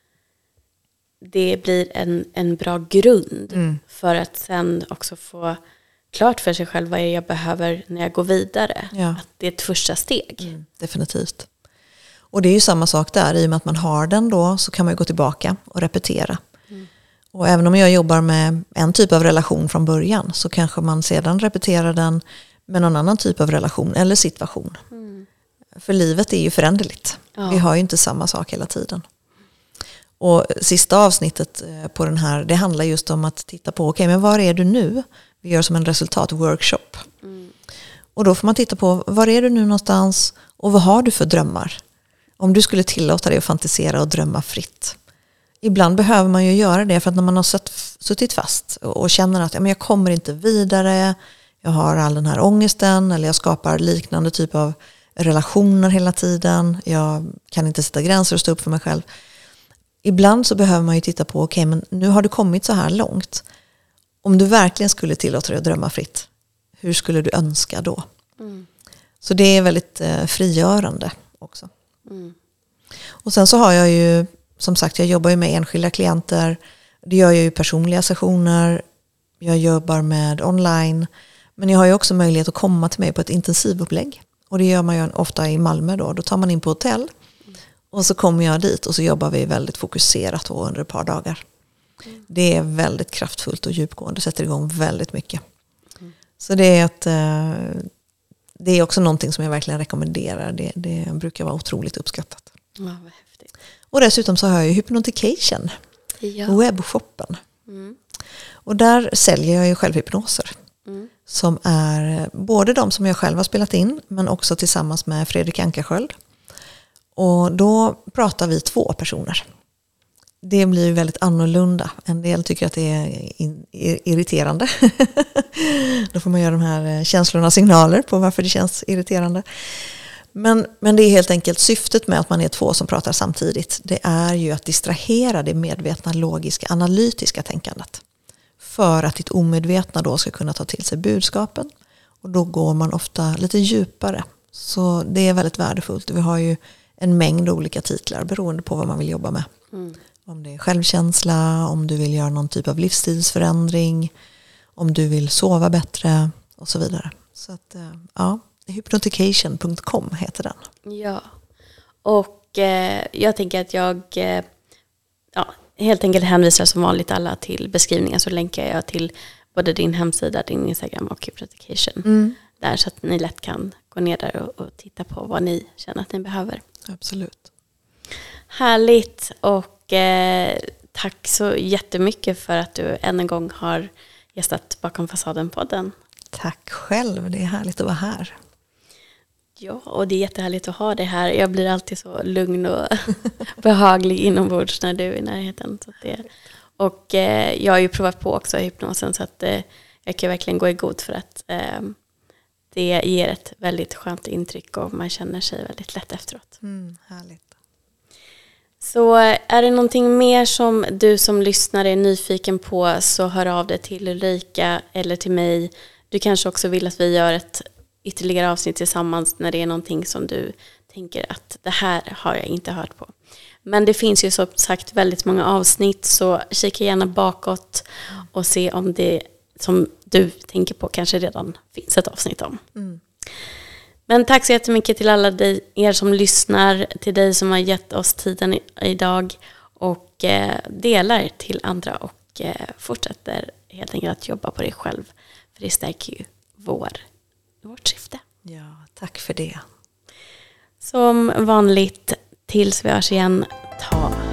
det blir en, en bra grund mm. för att sen också få klart för sig själv vad jag behöver när jag går vidare. Ja. Att det är ett första steg. Mm, definitivt. Och det är ju samma sak där. I och med att man har den då så kan man ju gå tillbaka och repetera. Mm. Och även om jag jobbar med en typ av relation från början så kanske man sedan repeterar den med någon annan typ av relation eller situation. Mm. För livet är ju föränderligt. Ja. Vi har ju inte samma sak hela tiden. Och sista avsnittet på den här, det handlar just om att titta på, okej, okay, men var är du nu? Vi gör som en resultatworkshop. Mm. Och då får man titta på, var är du nu någonstans och vad har du för drömmar? Om du skulle tillåta dig att fantisera och drömma fritt. Ibland behöver man ju göra det för att när man har sutt, suttit fast och känner att ja, men jag kommer inte vidare, jag har all den här ångesten eller jag skapar liknande typ av relationer hela tiden, jag kan inte sätta gränser och stå upp för mig själv. Ibland så behöver man ju titta på, okej, okay, men nu har du kommit så här långt. Om du verkligen skulle tillåta dig att drömma fritt, hur skulle du önska då? Mm. Så det är väldigt eh, frigörande också. Mm. Och sen så har jag ju, som sagt, jag jobbar ju med enskilda klienter. Det gör jag ju personliga sessioner. Jag jobbar med online. Men jag har ju också möjlighet att komma till mig på ett intensivupplägg. Och det gör man ju ofta i Malmö då. Då tar man in på hotell. Och så kommer jag dit och så jobbar vi väldigt fokuserat under ett par dagar. Mm. Det är väldigt kraftfullt och djupgående. Sätter igång väldigt mycket. Mm. Så det är, ett, det är också någonting som jag verkligen rekommenderar. Det, det brukar vara otroligt uppskattat. Ja, vad häftigt. Och dessutom så har jag ju Hypnotication. Ja. Webbshoppen. Mm. Och där säljer jag ju självhypnoser. Mm. Som är både de som jag själv har spelat in. Men också tillsammans med Fredrik Ankarsköld. Och då pratar vi två personer. Det blir ju väldigt annorlunda. En del tycker att det är in, irriterande. Då får man göra de här känslorna signaler på varför det känns irriterande. Men, men det är helt enkelt syftet med att man är två som pratar samtidigt. Det är ju att distrahera det medvetna, logiska, analytiska tänkandet. För att ditt omedvetna då ska kunna ta till sig budskapen. Och då går man ofta lite djupare. Så det är väldigt värdefullt. Vi har ju en mängd olika titlar beroende på vad man vill jobba med. Mm. Om det är självkänsla, om du vill göra någon typ av livsstilsförändring, om du vill sova bättre och så vidare. Så att, ja, hypnotication punkt com heter den. Ja, och eh, jag tänker att jag eh, ja, helt enkelt hänvisar som vanligt alla till beskrivningen, så länkar jag till både din hemsida, din Instagram och Keep Education. Mm. Där så att ni lätt kan gå ner där och, och titta på vad ni känner att ni behöver. Absolut. Härligt, och eh, tack så jättemycket för att du än en gång har gästat Bakom fasaden-podden. Tack själv, det är härligt att vara här. Ja, och det är jättehärligt att ha det här. Jag blir alltid så lugn och behaglig inombords när du är i närheten. Så att det, och eh, jag har ju provat på också hypnosen, så att eh, jag kan verkligen gå i god för att eh, det ger ett väldigt skönt intryck och man känner sig väldigt lätt efteråt. Mm, härligt. Så är det någonting mer som du som lyssnar är nyfiken på, så hör av dig till Ulrika eller till mig. Du kanske också vill att vi gör ett ytterligare avsnitt tillsammans när det är någonting som du tänker att det här har jag inte hört på. Men det finns ju som sagt väldigt många avsnitt, så kika gärna bakåt och se om det som du tänker på kanske redan finns ett avsnitt om. Mm. Men tack så jättemycket till alla dig, er som lyssnar, till dig som har gett oss tiden i, idag och eh, delar till andra och eh, fortsätter helt enkelt att jobba på dig själv, för det stärker ju vår, vårt syfte. Ja, tack för det. Som vanligt, tills vi hörs igen, ta